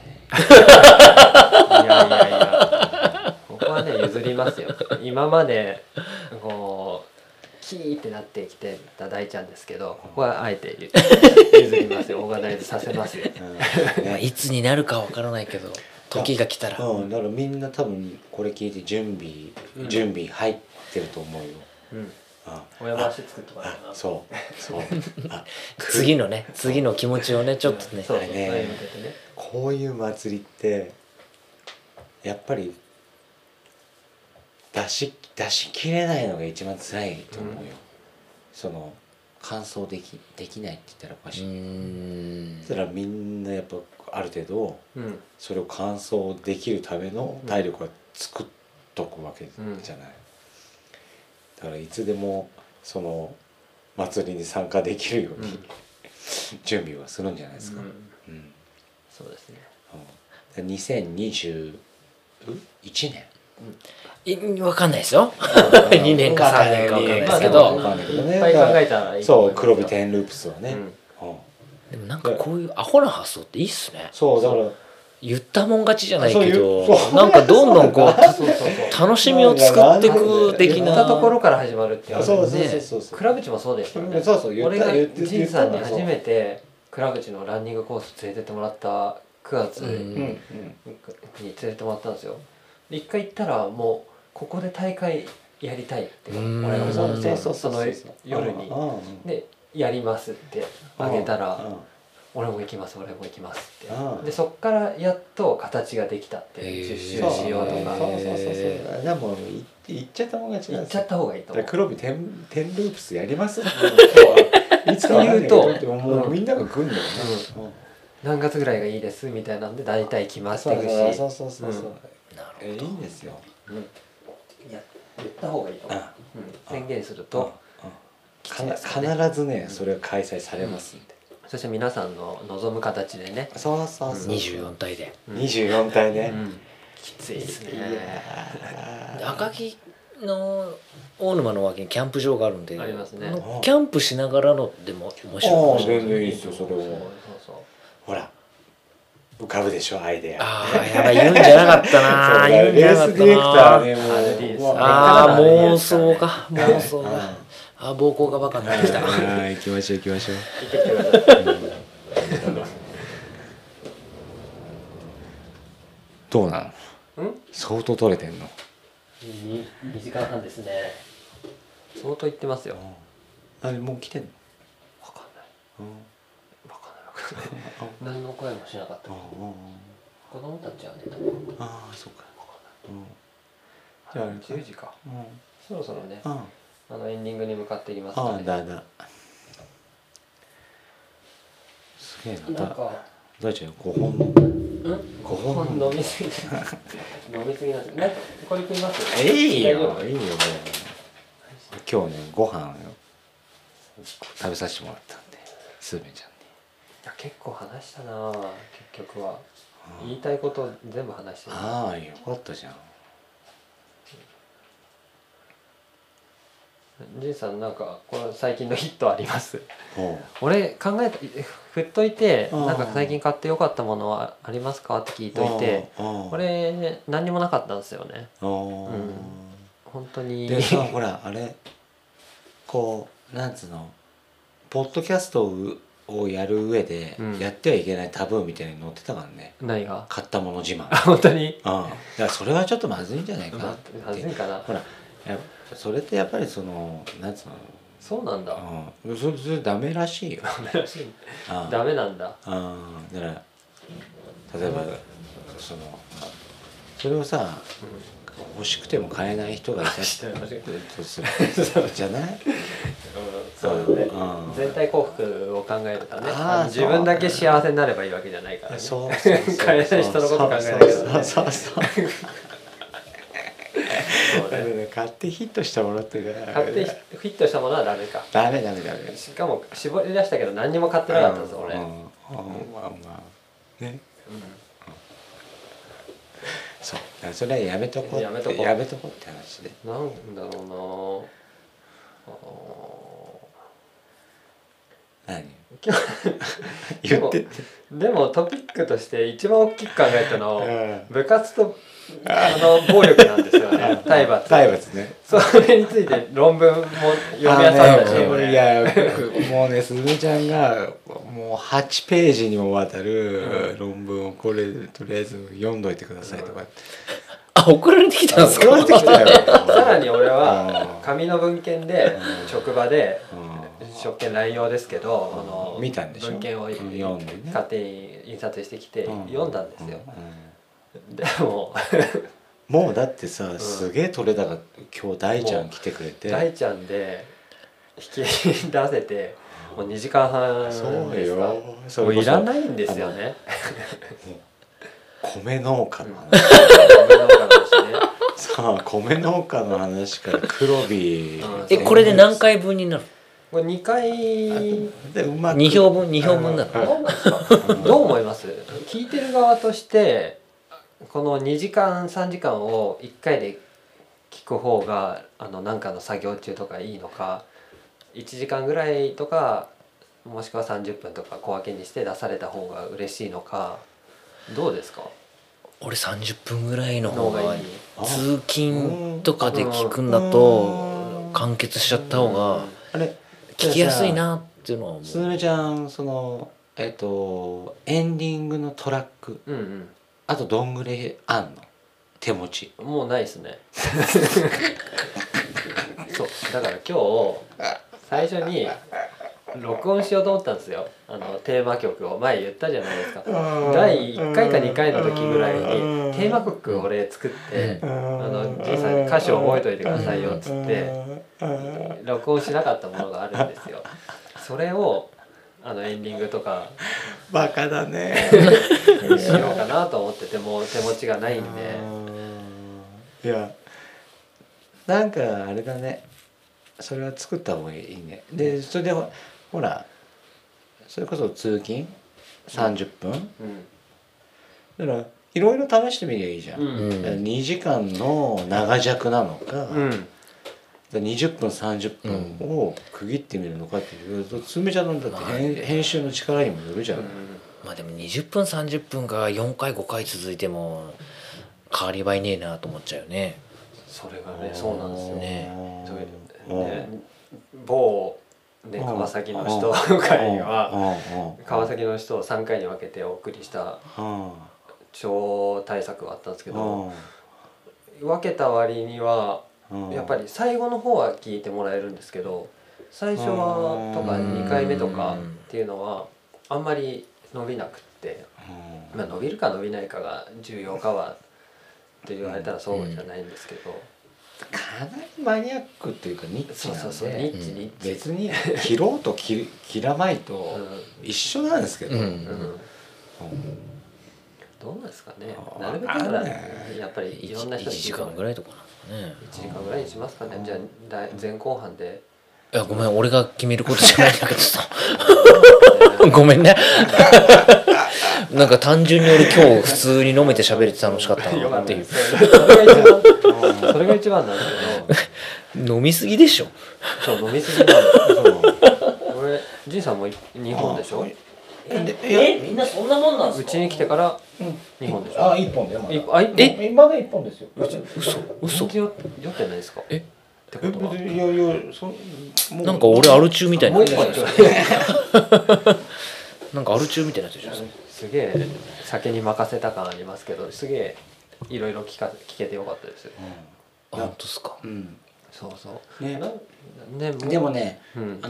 ここはね譲りますよ。今までこうキーってなってきてた大ちゃんですけど、ここはあえて譲りますよ。オーガナイズさせますよ。 いつになるかわからないけど時が来たら。 だからみんな多分これ聞いて準備入ってると思うよ。 親回し作っとかないな。 そう次の気持ちをねちょっとね、 そうねこういう祭りってやっぱり出しきれないのが一番辛いと思うよ、その完走できないって言ったらおかしい。そしたらみんなやっぱある程度それを完走できるための体力は作っとくわけじゃない、だからいつでもその祭りに参加できるように、準備はするんじゃないですか。 そうですね。 2021年分かんないですよ2年か3年か分かんないですけど、 いっぱい考えたらいいと思いますよ。 そう黒帯10ループスはね、 でもなんかこういうアホな発想っていいっすね。 そうだから言ったもん勝ちじゃないけど、なんかどんどんこう楽しみを作っていく的な言ったところから始まるっていうそう倉口もそうでしたよね。俺が仁さんに初めて倉口のランニングコース連れてってもらった9月に連れてってもらったんですよ。で一回行ったらもうここで大会やりたいって俺が思ってその夜にでやりますってあげたら俺も行きます俺も行きますってでそっからやっと形ができたって10周しようとかでも行っちゃったもん勝ちなんですよ。 行っちゃった方がいいと思う。 黒帯10ループスやりますいつか言うともうみんなが来るんだよね。 何月ぐらいがいいですみたいなんで大体決まっていくし、 そういいんですよ。 言った方がいいと思う。宣言すると必ずねそれが開催されますんで。 そして皆さんの望む形でね。 そう 24体で 24体ね。 きついですね。 赤城の大沼の脇にキャンプ場があるんで、 ありますね。 キャンプしながらのでも面白い。 全然いいですよそれを。ほら浮かぶでしょアイデア。 やばい言うんじゃなかったな。言うんじゃなかったな。妄想か。膀胱がバカになってきた。 行きましょう。行ってきてください。どうなの？相当取れてんの ？2時間半ですね。相当いってますよ。 あれもう来てんの？ 分かんない。何の声もしなかった。子供たちは寝たの。 そうか。 じゃあ10時か。そろそろね。エンディングに向かっていきますかね。 だ。すげえな。大ちゃん5本飲みすぎなんですね。これ食います？ いいよもう。今日ねご飯を食べさせてもらったんで、スーメンちゃんに。 いや結構話したな結局は。言いたいこと全部話してる。 よかったじゃん。 じいさんなんかこの最近のヒットあります？俺考えた振っといてなんか最近買ってよかったものはありますかって聞いといて俺何にもなかったんですよね。本当に。 でさほらあれこうなんつうのポッドキャストをやる上でやってはいけないタブーみたいに載ってたからね。 何が？ 買ったもの自慢。 本当に？ だからそれはちょっとまずいんじゃないかなって。 まずいかな。 ほらそれってやっぱりそのなんつうの。 そうなんだ。 それダメらしいよ。 ダメらしい。ダメなんだ。 だから例えばそれをさ欲しくても買えない人がいたってじゃない？ そうだね。全体幸福を考えるとね、自分だけ幸せになればいいわけじゃないからね。買えない人のこと考えないけどね。買ってヒットしたものって買ってヒットしたものはダメか。ダメ。しかも絞り出したけど何にも買ってなかったんです俺。ね。そうそれはやめとこうって話で。なんだろうな。何？言って。でもトピックとして一番大きく考えたの部活と暴力なんですよね。体罰ね。それについて論文も読み漁ったし、いやもうねすずめちゃんがもう8ページにもわたる論文をこれとりあえず読んどいてくださいとかあ、送られてきたんですか。 送られてきたよさらに俺は紙の文献で職場で職権乱用ですけど、 見たんでしょ、 文献を読んでね、 勝手に印刷してきて読んだんですよ。でももうだってさ、すげえ取れ高、今日大ちゃん来てくれて、 大ちゃんで引き出せてもう2時間半ですか。 そうよ、 もういらないんですよね。 米農家の話米農家の話ね。 さあ、米農家の話から黒火、 これで何回分になる？ これ2回でうまく 2票分なの？ どうなんですか？どう思います？聞いてる側としてこの2時間3時間を1回で聞く方がなんかの作業中とかいいのか、1時間ぐらいとかもしくは30分とか小分けにして出された方が嬉しいのか、どうですか？ 俺30分ぐらいの方がいい。 いい。 通勤とかで聞くんだと完結しちゃった方があれ聞きやすいなっていうのは思う。 すずめちゃん、そのエンディングのトラック、あとどんぐらいあんの？手持ち。 もうないですね。そうだから今日最初に録音しようと思ったんですよ。テーマ曲を前言ったじゃないですか。第1回か2回の時ぐらいにテーマ曲俺作って「じいさん歌詞を覚えといてくださいよ」っつって録音しなかったものがあるんですよ。それをエンディングとかバカだねしようかなと思ってても手持ちがないんで。 いや、なんかあれだね、それは作った方がいいね。でそれでほら、それこそ通勤30分、だからいろいろ試してみりゃいいじゃん、2時間の長尺なのか、20分30分を区切ってみるのかっていうと、つめちゃんのだって編集の力にもよるじゃない、 まあでも20分30分が4回5回続いても変わり映えねえなと思っちゃうよね。 それがね、そうなんですよね。 某ね、川崎の人会は川崎の人を3回に分けてお送りした超大作があったんですけど、分けた割にはやっぱり最後の方は聞いてもらえるんですけど、最初はとか2回目とかっていうのはあんまり伸びなくって、まあ伸びるか伸びないかが重要かはって言われたらそうじゃないんですけど、 かなりマニアックっていうかニッチなんで、 ニッチ別に切ろうと切らないと一緒なんですけど、 どうなんですかね。なるべくならやっぱりいろんな人 1時間ぐらいとかなんですかね。 1時間ぐらいにしますかね。じゃあ前後半で。 いやごめん、俺が決めることじゃないんだけどさごめんねなんか単純に俺今日普通に飲めて喋れて楽しかったなっていうそれが一番なんですけど飲みすぎでしょ。 そう飲みすぎなんですよ。俺じいさんも2本でしょ。 みんなそんなもんなんですか。 うちに来てから2本でしょ。 1本でまだまだ1本ですよ。 嘘酔ってないですか。ってことはなんか俺アル中みたいなもう1本でしょ。 なんかアル中みたいなやつじゃないですか。 すげえ酒に任せた感ありますけど、すげえいろいろ聞けてよかったですよ。 本当ですか。 そうそうね。 でもね、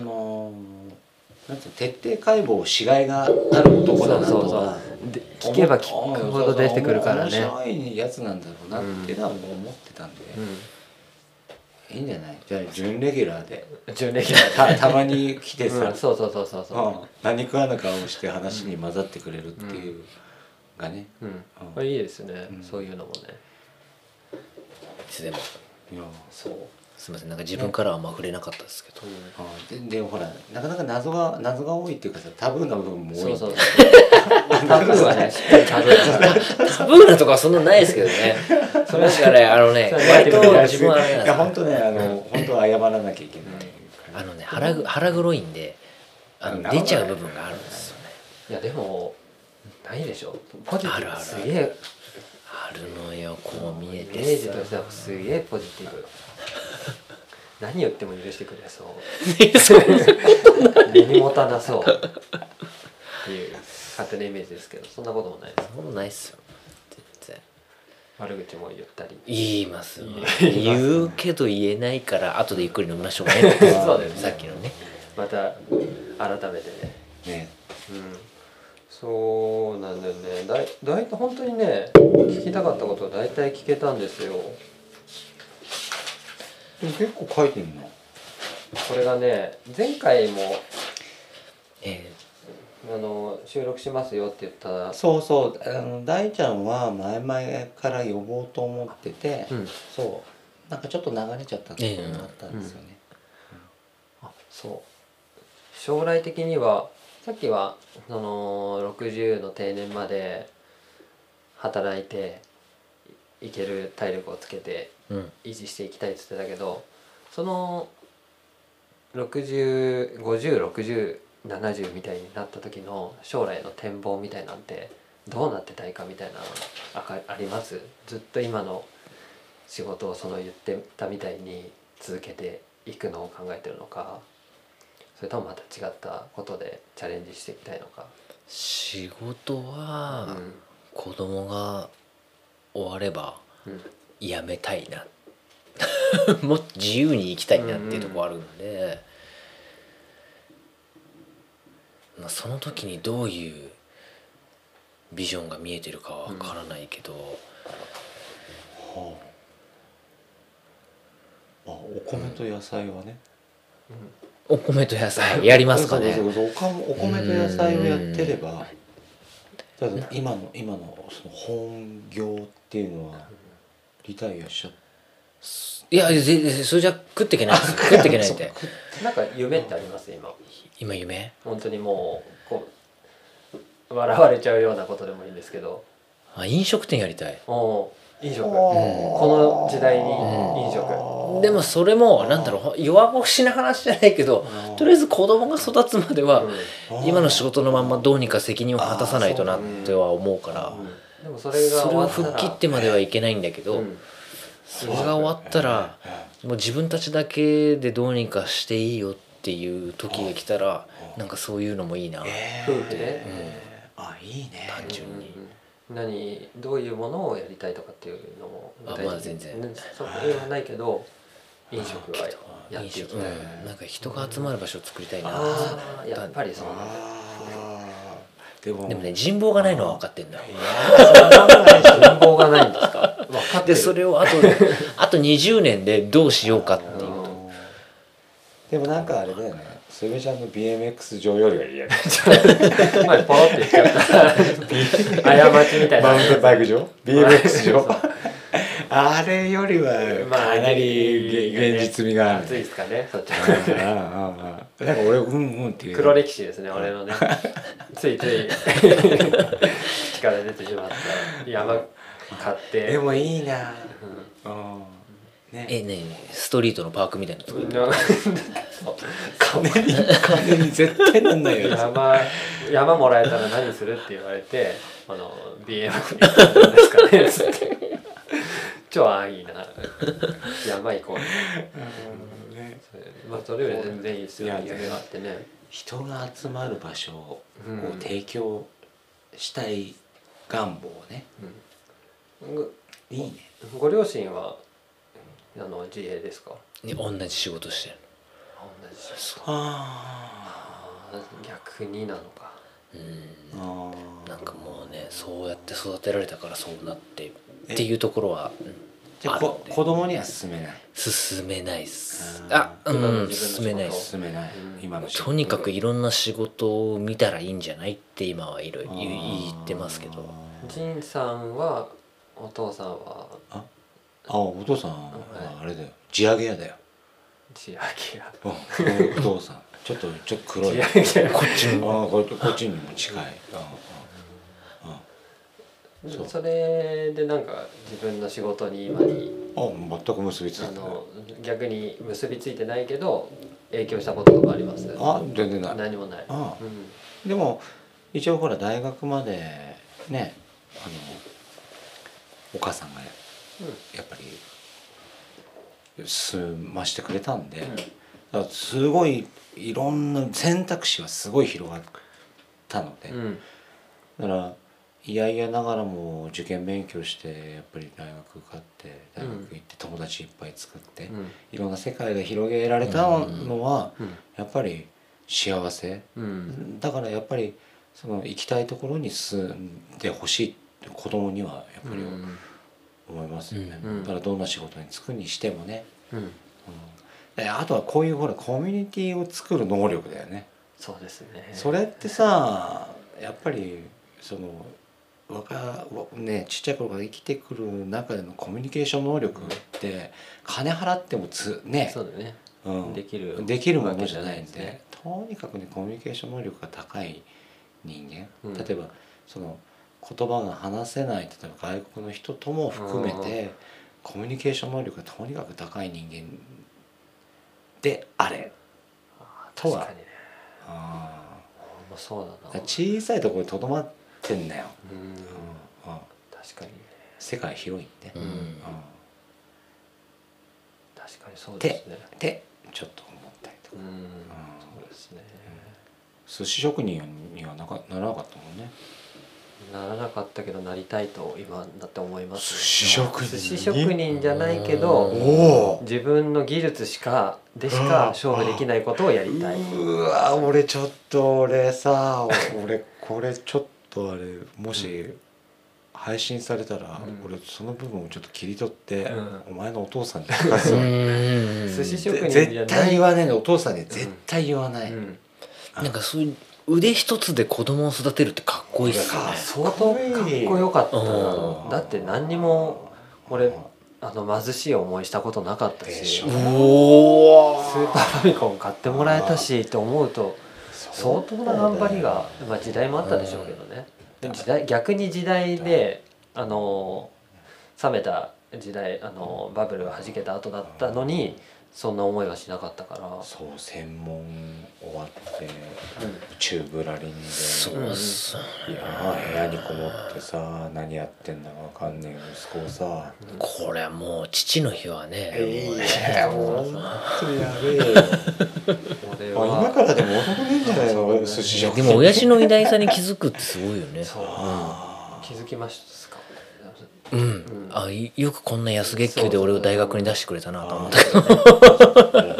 なんて徹底解剖しがいがある男だなとは聞けば聞くほど出てくるからね。 面白いやつなんだろうなっていうのはもう思ってたんで、いいんじゃない。じゃあ準レギュラーでたまに来てさ、 そう何食わぬ顔をして話に混ざってくれるっていうがね、 これいいですね。そういうのもね。 いつでも。 そう。 すみません、なんか自分からはあんま触れなかったですけど。 でほらなかなか謎が多いっていうかさ、タブーな部分も多い。 そうタブーはね、しっかりタブー。 タブーなとかはそんなないですけどね。それはね、割と自分はあれなんです。 いや本当ね、本当は謝らなきゃいけない。 腹黒いんで出ちゃう部分があるんですよね。 いやでもないでしょ。ポジティブすげえあるのよ、こう見えてイメージとしてはすげえポジティブ。何言っても許してくれそう根に持たなそうっていう勝手なイメージですけど、そんなこともないです。 そんなことないっすよ全然。 悪口も言ったり言います言うけど言えないから後でゆっくり飲みましょうねってそうですね、 さっきのねまた改めてね、そうなんだよね。だいたい本当にね聞きたかったことを大体聞けたんですよ。 でも結構書いてんの。 これがね前回もえ収録しますよって言ったそう大ちゃんは前々から呼ぼうと思ってて、そうなんかちょっと流れちゃったところがあったんですよね。 そう将来的にはさっきは60の定年まで働いていける体力をつけて維持していきたいって言ってたけど、その60506070みたいになった時の将来の展望みたいなんてどうなってたいかみたいなあります？ずっと今の仕事を言ってたみたいに続けていくのを考えてるのか、それともまた違ったことでチャレンジしていきたいのか。 仕事は子供が終わればやめたいなもっと自由に生きたいなっていうところあるんで、その時にどういうビジョンが見えてるかは分からないけど、 お米と野菜はね、 お米と野菜やりますかね。 そうお米と野菜をやってれば、ただ今のその本業っていうのはリタイアしちゃった。 いやそれじゃ食っていけないです食っていけないって。 なんか夢ってあります？今夢本当にもう笑われちゃうようなことでもいいんですけど、 飲食店やりたい。 飲食、この時代に飲食。 でもそれもなんだろう弱腰な話じゃないけど、とりあえず子供が育つまでは今の仕事のまんまどうにか責任を果たさないとなっては思うから、 でもそれを吹っ切ってまではいけないんだけど、それが終わったらもう自分たちだけでどうにかしていいよっていう時が来たら、なんかそういうのもいいな。 夫婦で、 いいね。 単純にどういうものをやりたいとかっていうのもまあ全然そういうのはないけど、飲食はやっていきたい。 なんか人が集まる場所を作りたいな。 やっぱりそうなんだ。 でもね人望がないのは分かってんだよ。 人望がないんですか。分かってる。 でそれをあと20年でどうしようかっていうと。 でもなんかあれだよね。すべちゃんの BMX 場よりはいいやね。 前ポロって言っちゃった過ちみたいな。 マウンテンバイク場 BMX 場あれよりはかなり現実味がある。 熱いですかねそっちは。 なんか俺っていう黒歴史ですね俺のね。ついつい口から出てしまった山買って。 でもいいな。 ストリートのパークみたいなとこ金に絶対なんないよ。 山もらえたら何するって言われてBM に行ったんですかねって超安易な山行こうね。まあそれより全然いいですよ。夢があってね。 人が集まる場所を提供したい願望をね。いいね。 ご両親は自営ですか？ 同じ仕事してる。 同じ仕事。逆になのか。 なんかもうねそうやって育てられたからそうなってっていうところはじゃあ子供には勧めない。 勧めないっす。 勧めない。今のとにかくいろんな仕事を見たらいいんじゃないって今はいろいろ言ってますけど。 仁さんはお父さんはお父さんはあれだよ。地上げ屋だよ。 地上げ屋。 お父さんちょっと黒い。こっちにも近い。 それでなんか自分の仕事に今に全く結びついてない。 逆に結びついてないけど影響したこととかあります？ 全然ない。 何もない。 でも一応ほら大学までねお母さんがやっぱり済ましてくれたんで、だからすごいいろんな選択肢はすごい広がったので、だからいやいやながらも受験勉強してやっぱり大学受かって大学行って友達いっぱい作って、いろんな世界が広げられたのはやっぱり幸せ、だからやっぱりその行きたいところに住んでほしいって子供にはやっぱり思いますよね。だからどんな仕事に就くにしてもね、あとはこういうほらコミュニティを作る能力だよね。 そうですね。 それってさやっぱりそのちっちゃい頃から生きてくる中でのコミュニケーション能力って金払ってもそうだね、できるものじゃないんで、とにかくねコミュニケーション能力が高い人間、例えばその言葉が話せない例えば外国の人とも含めてコミュニケーション能力がとにかく高い人間であれとは。 確かにね。そうだな。 小さいところにとどまってんだよ。 確かにね。 世界広いんで。 確かにそうですね。 ってちょっと思ったりとか。 そうですね。 寿司職人にはならなかったもんね。 ならなかったけどなりたいと今だって思います。 寿司職人じゃないけど自分の技術しか勝負できないことをやりたい。 うわ俺ちょっと俺さ俺これちょっとあれもし配信されたら俺その部分をちょっと切り取ってお前のお父さんに聞かすわ。 寿司職人じゃない。 絶対言わないのお父さんに絶対言わない。 なんかそういう腕一つで子供を育てるってかっこいいっすよね。 相当かっこよかったな。だって何にも俺貧しい思いしたことなかったし、スーパーファミコン買ってもらえたしと思うと相当な頑張りが、時代もあったでしょうけどね。逆に時代で冷めた時代バブルがはじけた後だったのにそんな思いはしなかったから。 そう専門終わって宙ぶらりんで、 そうっすいや部屋にこもってさ何やってんだか分かんねえ息子をさ、 これもう父の日はね、 もう本当やべえよ今からでも遅くねえんじゃないの寿司職人。 でも親父の偉大さに気づくってすごいよね。 気づきましたか。 よくこんな安月給で俺を大学に出してくれたなと思ったけど。 親の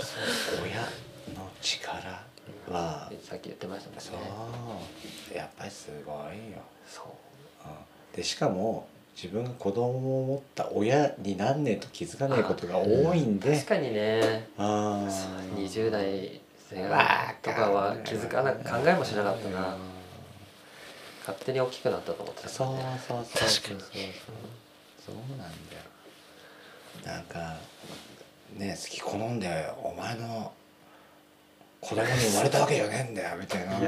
力はさっき言ってましたもんね。 そうやっぱりすごいよ。 そうでしかも自分が子供を持った親になんねえと気づかないことが多いんで。 確かにね。20代前半とかは気づかな考えもしなかったな。勝手に大きくなったと思ってた。 そう確かにそうなんだよ。なんかね好き好んでお前の子供に生まれたわけじゃねえんだよみたいな。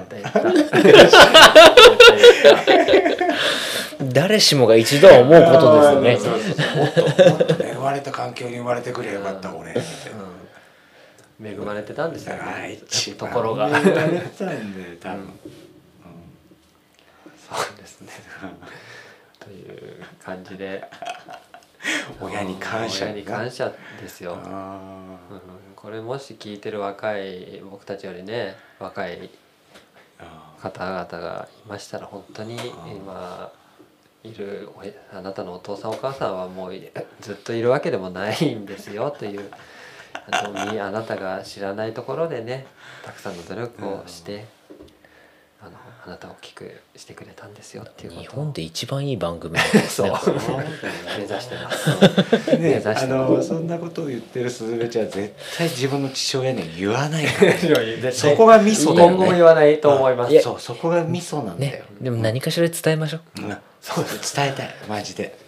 誰しもが一度は思うことですよね。 もっと恵まれた環境に生まれてくれよかった俺みたいな。 恵まれてたんですよね。 ところが恵まれてたんで多分。 そうですね。という感じで親に感謝ですよ。これもし聞いてる若い僕たちよりね若い方々がいましたら本当に今いるあなたのお父さんお母さんはもうずっといるわけでもないんですよというあなたが知らないところでねたくさんの努力をしてあなたを大きくしてくれたんですよっていうことを日本で一番いい番組ですね。 目指してます。 そんなことを言ってるすずめちゃんは絶対自分の父親には言わないから、そこがミソだよね。 今後も言わないと思います。 そこがミソなんだよ。 でも何かしら伝えましょう。 そう伝えたいマジで。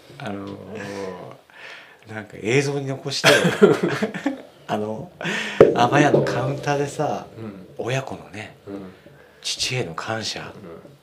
なんか映像に残して甘屋のカウンターでさ、親子のね。父への感謝、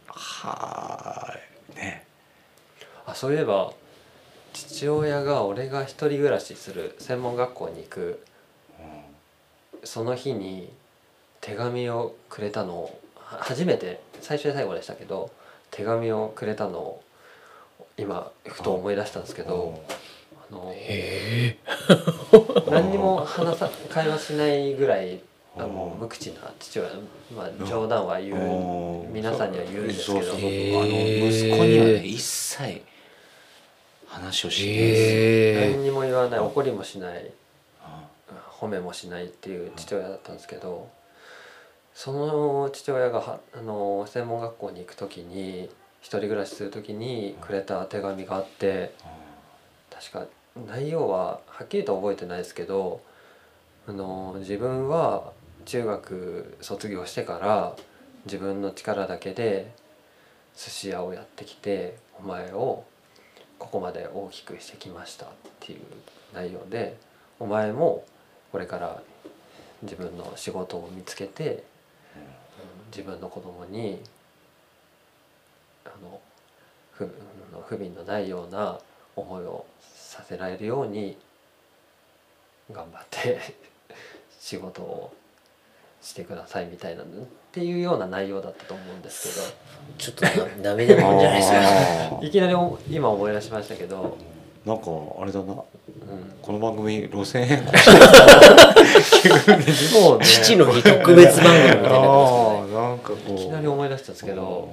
ね。 そういえば父親が俺が一人暮らしする専門学校に行く、その日に手紙をくれたのを初めて最初で最後でしたけど手紙をくれたのを今ふと思い出したんですけど何にも会話しないぐらい無口な父親、冗談は言う、皆さんには言うんですけど、 息子にはね一切話をしないです。 何にも言わない、怒りもしない、褒めもしないっていう父親だったんですけど、その父親が専門学校に行く時に一人暮らしする時にくれた手紙があって、確か内容ははっきりと覚えてないですけど、自分は中学卒業してから自分の力だけで寿司屋をやってきて、お前をここまで大きくしてきましたっていう内容で、お前もこれから自分の仕事を見つけて、自分の子供に不憫のないような思いをさせられるように頑張って仕事をしてくださいみたいなっていうような内容だったと思うんですちょっと涙もんじゃないですかけど、いきなり今思い出しましたけど、 なんかあれだな、この番組路線変更そうね、 父の日特別番組みたいになってますけどね。 なんかこういきなり思い出したんですけど、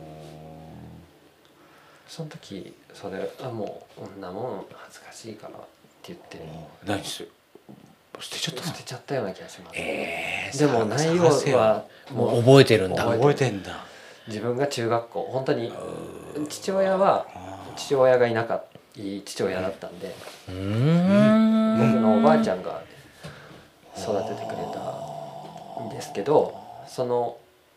その時それもうこんなもん恥ずかしいからって言って何捨てちゃったの？ 捨てちゃったような気がします、 ででも内容はもう覚えてるんだ。 覚えてんだ。 自分が中学校、本当に父親がいなかったいい父親だったんで、僕のおばあちゃんが育ててくれたんですけど、その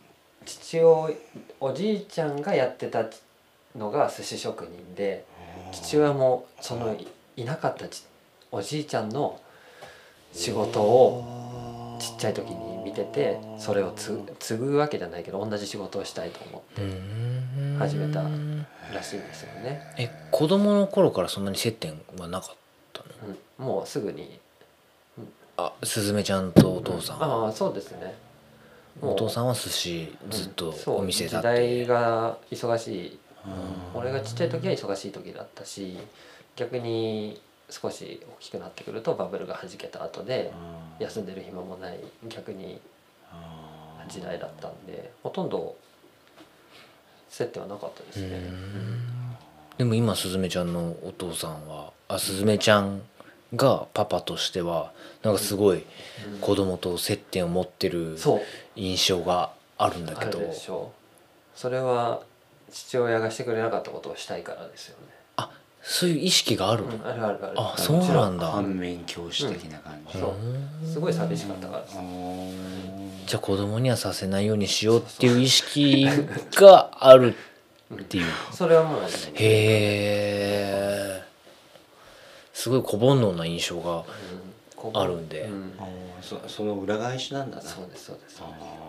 おじいちゃんがやってたのが寿司職人で、父親もそのいなかったおじいちゃんの仕事をちっちゃい時に見てて、それを継ぐわけじゃないけど同じ仕事をしたいと思って始めたらしいんですよね。 子供の頃からそんなに接点はなかったの？ もうすぐに、 すずめちゃんとお父さん。 ああそうですね。 お父さんは寿司ずっとお店だって、 時代が忙しい、俺がちっちゃい時は忙しい時だったし、逆に少し大きくなってくるとバブルがはじけた後で休んでる暇もない逆に時代だったんで、ほとんど接点はなかったですね。 でも今すずめちゃんのお父さんはすずめちゃんがパパとしてはなんかすごい子供と接点を持ってる印象があるんだけど、 あるでしょう。それは父親がしてくれなかったことをしたいからですよね。 そういう意識があるの？ あるあるある。 そうなんだ。 反面教師的な感じ。 そうすごい寂しかったからです。 じゃあ子供にはさせないようにしようっていう意識があるっていう。 それはもう、 へえ、すごい小煩悩な印象があるんで、 その裏返しなんだな。 そうですそうです。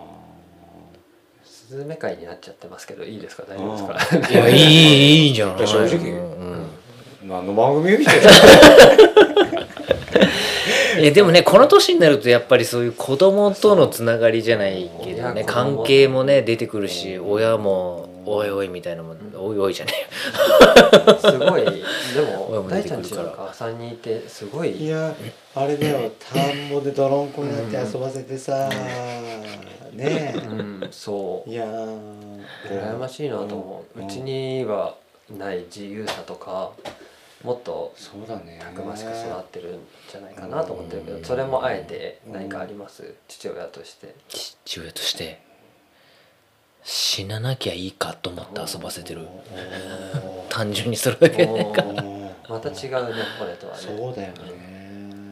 スズメ会になっちゃってますけどいいですか、大丈夫ですか？ いやいいじゃない。 正直、何の番組みたいな。 でもね、この年になるとやっぱりそういう子供とのつながりじゃないけどね、関係もね出てくるし、親もおいおいみたいなもん、おいおいじゃねえすごい。でも大ちゃんちなんか3人いてすごい。 いやあれだよ、田んぼで泥んこになって遊ばせてさ、ねえ、 そう、いや羨ましいなと思う。うちにはない自由さとか、もっとたくましく育ってるんじゃないかなと思ってるけど、それもあえて何かあります？父親として。 父親として死ななきゃいいかと思って遊ばせてる。単純にそれだけね。 また違うね、これとはね。 そうだよね。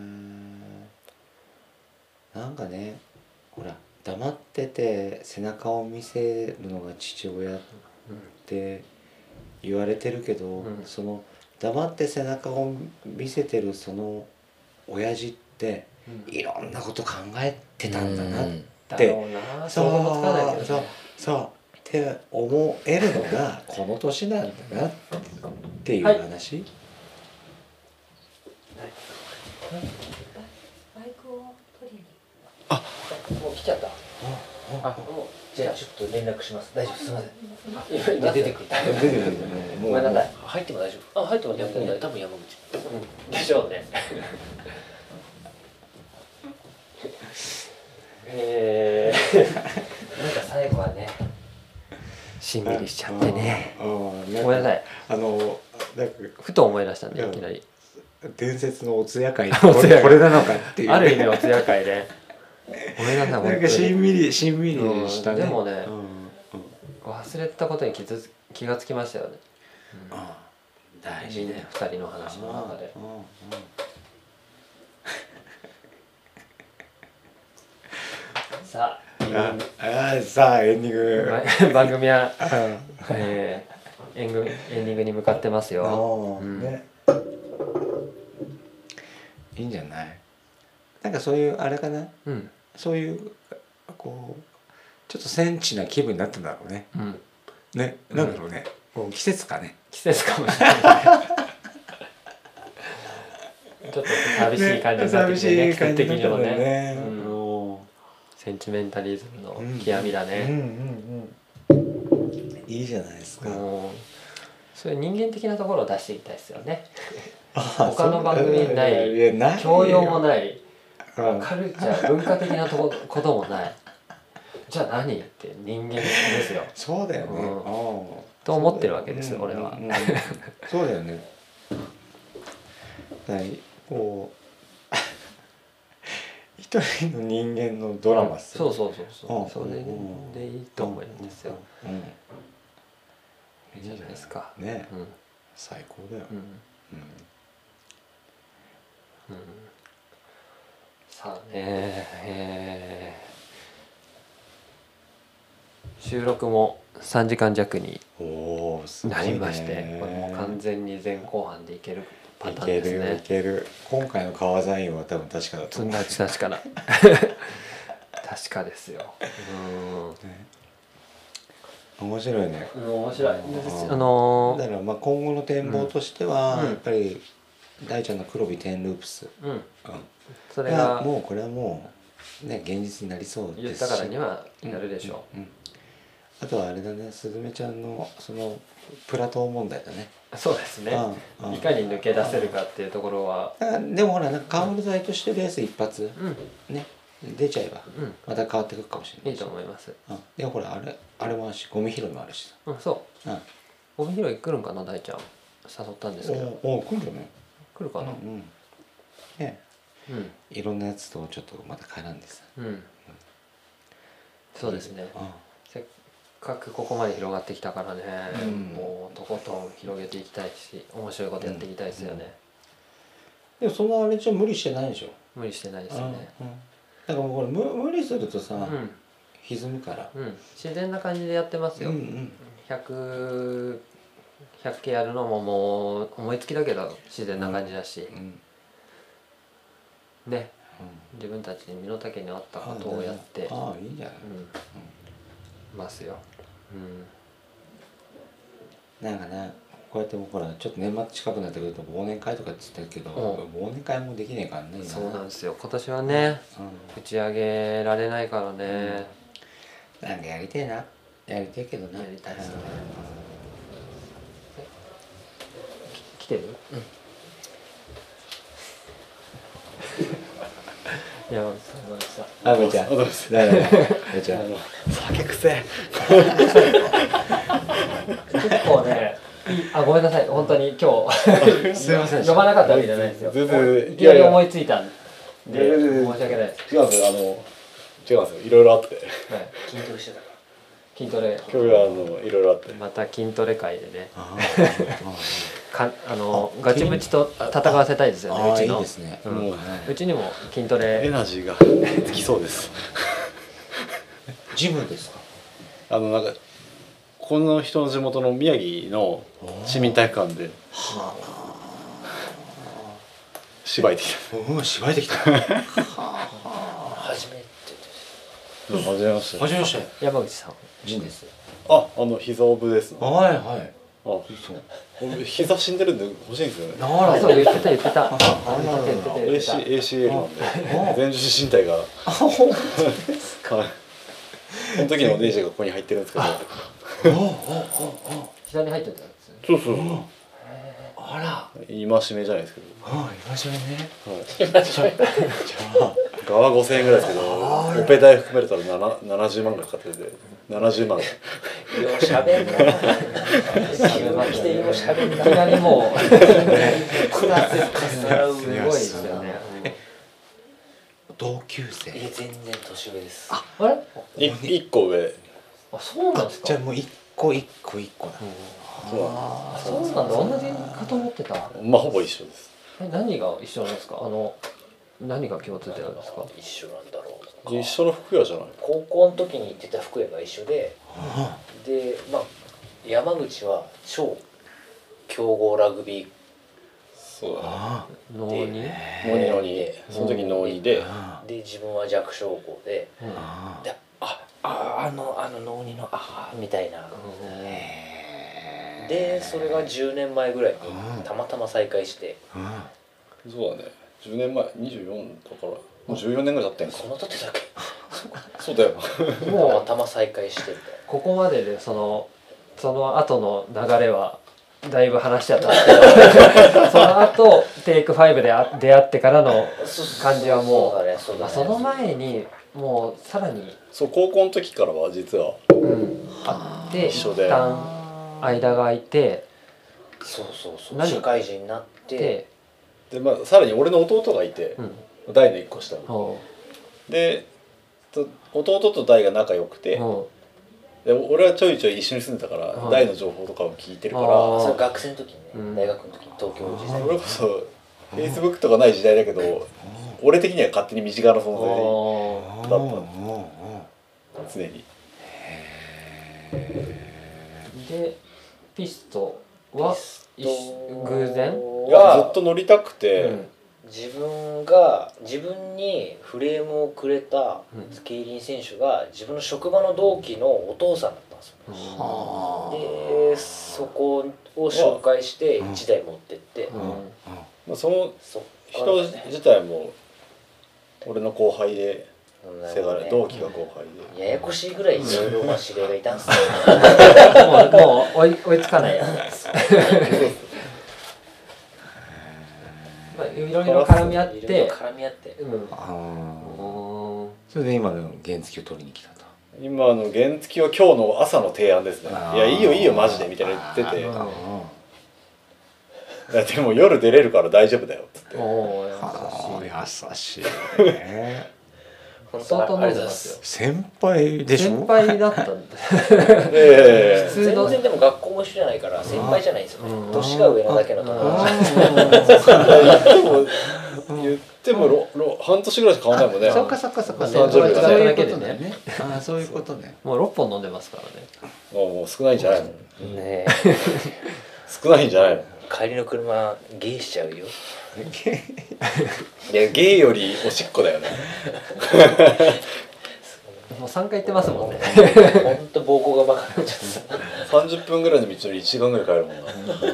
なんかね、ほら黙ってて背中を見せるのが父親って言われてるけど、その黙って背中を見せてるその親父っていろんなこと考えてたんだなって、そうって思えるのがこの年なんだなっていう話。 バイクを取りに。 もう来ちゃった。 じゃあちょっと連絡します。大丈夫、すみません。今出てくる。ごめんなさい。 入っても大丈夫。入っても全然多分山口。 でしょうね。 なんか最後はねしんみりしちゃってね。 ごごめんなさい。 なんかふと思い出したんでいきなり。 伝説のお通夜会ってお通夜会これなのかっていう、 ある意味お通夜会で。ごめんなさい本当に。 なんかしんみりしたね。 でもね、忘れたことに気がつきましたよね。 大事ね。 2人の話の中で。さあエンディング番組はエンディングに向かってますよ。 ね、いいんじゃない。なんかそういうあれかな、そういうこうちょっとセンチな気分になったんだろうね。ね、なんだろうね。こう季節かね。 季節かもしれない。ちょっと寂しい感じになってきてね、季節的にもね。センチメンタリズムの極みだね。 いいじゃないですか。 そういう人間的なところを出していきたいですよね。他の番組にない教養もないカルチャー文化的なこともない。じゃあ何って人間ですよ。 そうだよね。 と思ってるわけです俺は。 そうだよね。こう一人の人間のドラマっすよ。 そうそれでいいと思うんですよ。いいじゃないですか。 ね、最高だよ。 さあね、収録も3時間弱になりまして、これも完全に前後半でいけるパターンですね。 いける。今回の川ザインは多分確かだと思う。 確かだ。確かですよ。 面白いね。 面白い。 だからまあ今後の展望としてはやっぱり大ちゃんの黒帯テンループス。 それがもうこれはもうね現実になりそうですし。 言ったからにはなるでしょう。 あとはあれだね、すずめちゃんのそのプラトー問題だね。 そうですね。いかに抜け出せるかっていうところは。 でもほらなんか薫剤としてレース一発ね出ちゃえばまた変わってくるかもしれない。 いいと思います。 でほらあれもあるし、ゴミ拾いもあるしさ。 そう。ゴミ拾い来るんかな大ちゃん。誘ったんですけど。 来るんじゃない？来るかな。 ね。いろんなやつとちょっとまた絡んでさ。 そうですね。せっかくここまで広がってきたからね、もうとことん広げていきたいし、面白いことやっていきたいですよね。 でもそんなあれじゃ無理してないでしょ。 無理してないですよね。 だからもうこれ無理するとさ、歪むから。 自然な感じでやってますよ。100系やるのももう思いつきだけど自然な感じだし、ね、自分たちに身の丈に合ったことをやっていいじゃない。 ますよ。 なんかね、こうやってもほらちょっと年末近くなってくると忘年会とかって言ったけど、忘年会もできねえからね。 そうなんですよ。今年はね、打ち上げられないからね。 なんかやりてえな、やりてえけどな。 やりたいですね。来てる？いや、そうでした。 こんにちは。 酒癖。 結構ね、ごめんなさい、本当に今日すいません、呼ばなかったわけじゃないですよ。いきなり思いついたんで申し訳ないです。 違うんですよ、違うんですよ、いろいろあって。 筋トレしてたから。筋トレ。 今日はいろいろあって。 また筋トレ会でね。ガチムチと戦わせたいですよね。うちの。 いいですね。 うちにも筋トレ。 エナジーがつきそうです。 ジムですか。 なんかこの人の地元の宮城の市民体育館で芝居できた。 芝居できた。 初めまして。 初めまして。 山口さん。 ジンです。 膝オブです。 はいはい。 膝死んでるんで欲しいんですよね。 そう言ってた。 ACL なんで前十字靭帯がその時のネジがここに入ってるんですけど。 膝に入ってたやつ。 そう。 あら。 戒めじゃないですけど。 戒めね。 じゃあ側5000円ぐらいですけどオペ代含めたら70万ぐらいかかってて70万ようしゃべんな来てようしゃべんないきなりもうすごいですよね。 同級生。 全然年上ですあれ 1個上。 あそうなんですか。 じゃあもう一個だ。 そうそうなんだ、同じかと思ってた。 まあほぼ一緒です。 何が一緒なんですか。何が共通点なんですか。 一緒なんだろう。 一緒の服屋じゃない。 高校の時に行ってた服屋が一緒で、でまあ山口は超強豪ラグビーそうだね。 能に能にその時能にで自分は弱小校で、であの能にのみたいな。でそれが10年前ぐらいにたまたま再会して、 そうだね。10年前24だからもう14年ぐらい経ってんか。 その時だけそうだよ。 たまたま再会してみたいな。 ここまででその後の流れはだいぶ話しちゃったんですけどその後テイク5で出会ってからの感じはもうその前にもうさらにそう高校の時からは実はあって一緒で一旦間が空いてそう社会人になってでまあさらに俺の弟がいて大の1個下で弟と大が仲良くてで俺はちょいちょい一緒に住んでたから大の情報とかを聞いてるからそれ学生の時にね大学の時に東京時代それこそ Facebook とかない時代だけど俺的には勝手に身近な存在だった常に。 でピストは偶然いやずっと乗りたくて、 自分にフレームをくれた競輪選手が自分の職場の同期のお父さんだったんですよ。でそこを紹介して1台持ってって、 その人自体も俺の後輩で同期が後輩でややこしいぐらいいろいろ知り合いがいたんですよもう追いつかないいろいろ絡み合ってそれで今の原付を取りに来たと。 今の原付は今日の朝の提案ですね。いやいいよマジでみたいな言っててでも夜出れるから大丈夫だよっつって優しいね相当飲んでますよ。 先輩でしょ。 先輩だったんで全然でも学校も一緒じゃないから先輩じゃないんですよね。年が上なだけの友達言っても半年ぐらいしか変わんないもんね。 そっかそういうことね。そういうことね。 もう6本飲んでますからね。 もう少ないんじゃないのね少ないんじゃないの。 帰りの車ゲーしちゃうよ。 いやゲーよりおしっこだよねもう3回行ってますもんねほんと膀胱がバカになっちゃった 30分ぐらいの道のり1時間ぐらい帰るもんな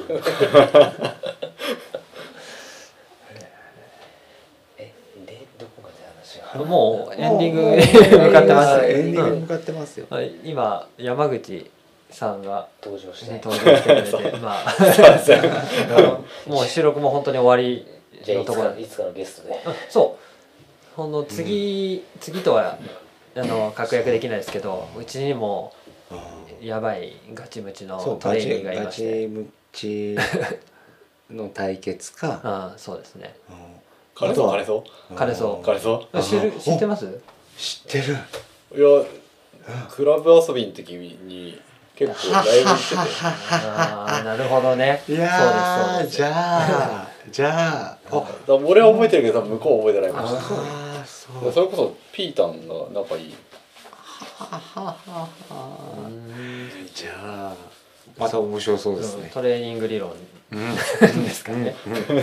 でどこまで話がもうエンディングに向かってます。 エンディングに向かってますよ。 今山口さんが登場してくれてまあもう収録も本当に終わりのところ。 いつかのゲストでそうほんの次とは確約できないですけど、うちにもやばいガチムチのトレーニーがいまして、 ガチムチの対決かそうですね。 金そう知ってます？ 知ってる。 いやクラブ遊びの時に結構ライブ行っててなるほどね。 いやじゃあ俺は覚えてるけど多分向こう覚えてないかもしれない。 そうそれこそピータンが仲いい。 じゃあまた面白そうですね。 トレーニング理論ですかね。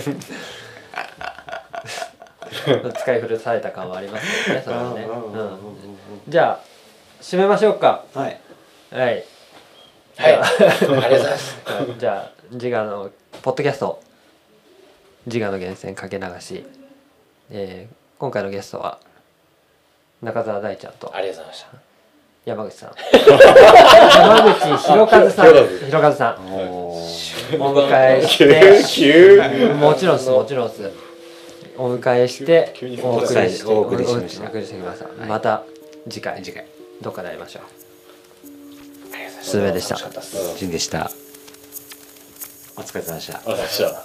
使い古された感はありますけどね、それはね。じゃあ締めましょうか。はい。 ありがとうございます。 じゃあ自我のポッドキャスト自我の源泉かけ流し、今回のゲストは中澤大ちゃんとありがとうございました。 山口さん山口弘和さんお迎えしてもちろんですお迎えして急にお送りしてお送りしましたお送りしてきました、 はいまた次回どっかで会いましょう。すべでした。 楽しかったっすジンでした。お疲れ様でした。 ありがとうございました。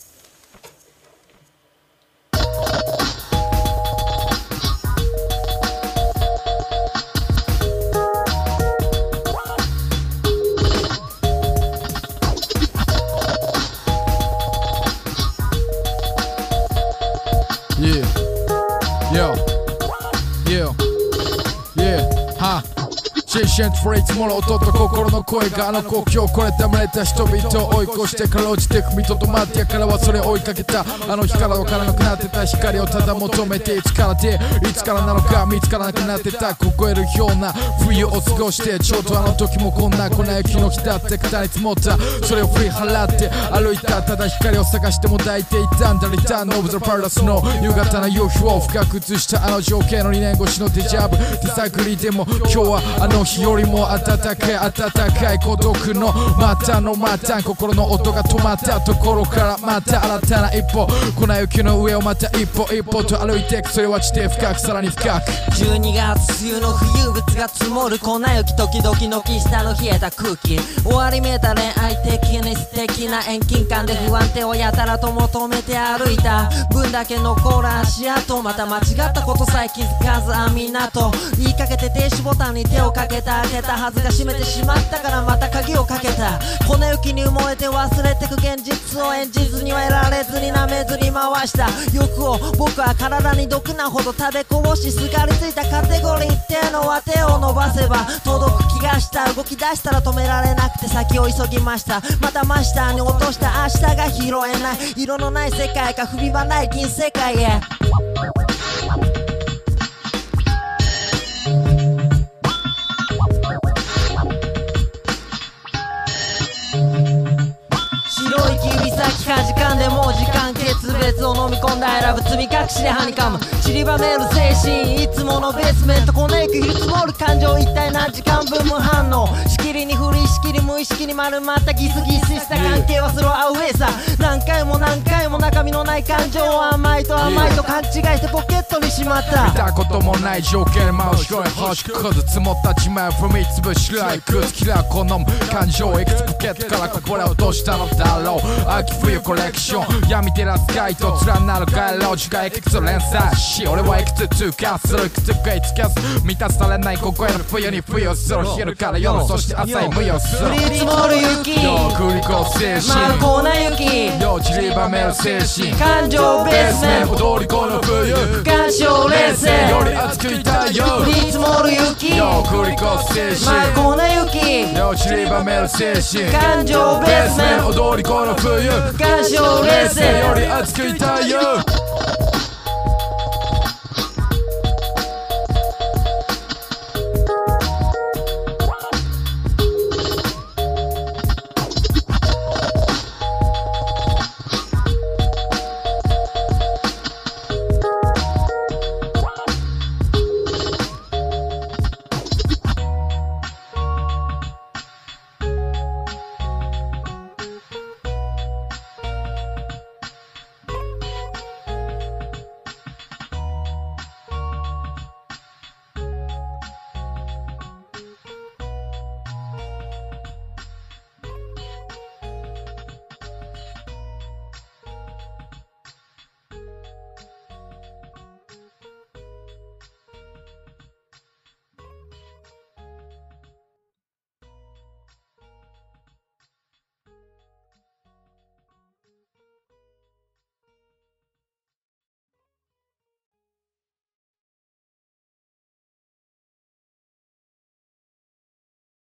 シェイシェントフレイズもろ音と心の声があの国境を越えて生まれた人々を追い越してから落ちてく身とどまってやからはそれを追いかけたあの日から分からなくなってた光をただ求めていつからでいつからなのか見つからなくなってた凍えるような冬を過ごしてちょうどあの時もこんな粉雪の日だって肩に積もったそれを振り払って歩いたただ光を探しても抱いていたんだリターンオブザパラダスの夕方の夕日を深く映したあの情景の2年越しのデジャブ手探りでも今日はあの日よりも暖かい孤独のまたのまた心の音が止まったところからまた新たな一歩粉雪の上をまた一歩と歩いていくそれは地底深くさらに深く 12月梅雨の冬物が積もる粉雪時々軒下の冷えた空気終わり見えた恋愛的に素敵な遠近感で不安定をやたらと求めて歩いた分だけ残る足跡また間違ったことさえ気づかず網なと言いかけて停止ボタンに手をかけた開けたはずが閉めてしまったからまた鍵をかけた粉雪に埋もれて忘れてく現実を演じずには得られずに舐めずに回した欲を僕は体に毒なほど食べこぼしすがりついたカテゴリーってのは手を伸ばせば届く気がした動き出したら止められなくて先を急ぎましたまた真下に落とした明日が拾えない色のない世界か不備はない銀世界へ白い指先か時間でもう時間決別を飲み込んだ選ぶ積み隠しでハニカム散りばめる精神いつものベースメント粉雪降り積もる感情一体何時間分無反応しきりに振りしきり無意識に丸まったギスギスした関係はスローアウェイさ何回も中身のない感情を甘いと勘違いしてポケットにしまった見たこともない情景に真後ろへ星屑積もった地面踏み潰し白い空気嫌好む感情いくつポケットからこぼれ落としたのだろう秋冬コレクション闇照らす街灯連なる街路樹がいくつ連鎖し俺はいくつ通過するいくつ食いつかす満たされないここへの冬に冬する昼から夜そして朝へ無用する降り積もる雪よう繰り越す精舞う神粉雪よう散りばめる精神感情ベースメント踊り子の冬不干渉冷静より熱くいたいよ降り積もる雪よう繰り越す精舞う神粉雪よう散りばめる精神感情ベースメント踊り子の冬不干渉冷静より熱くいたいよ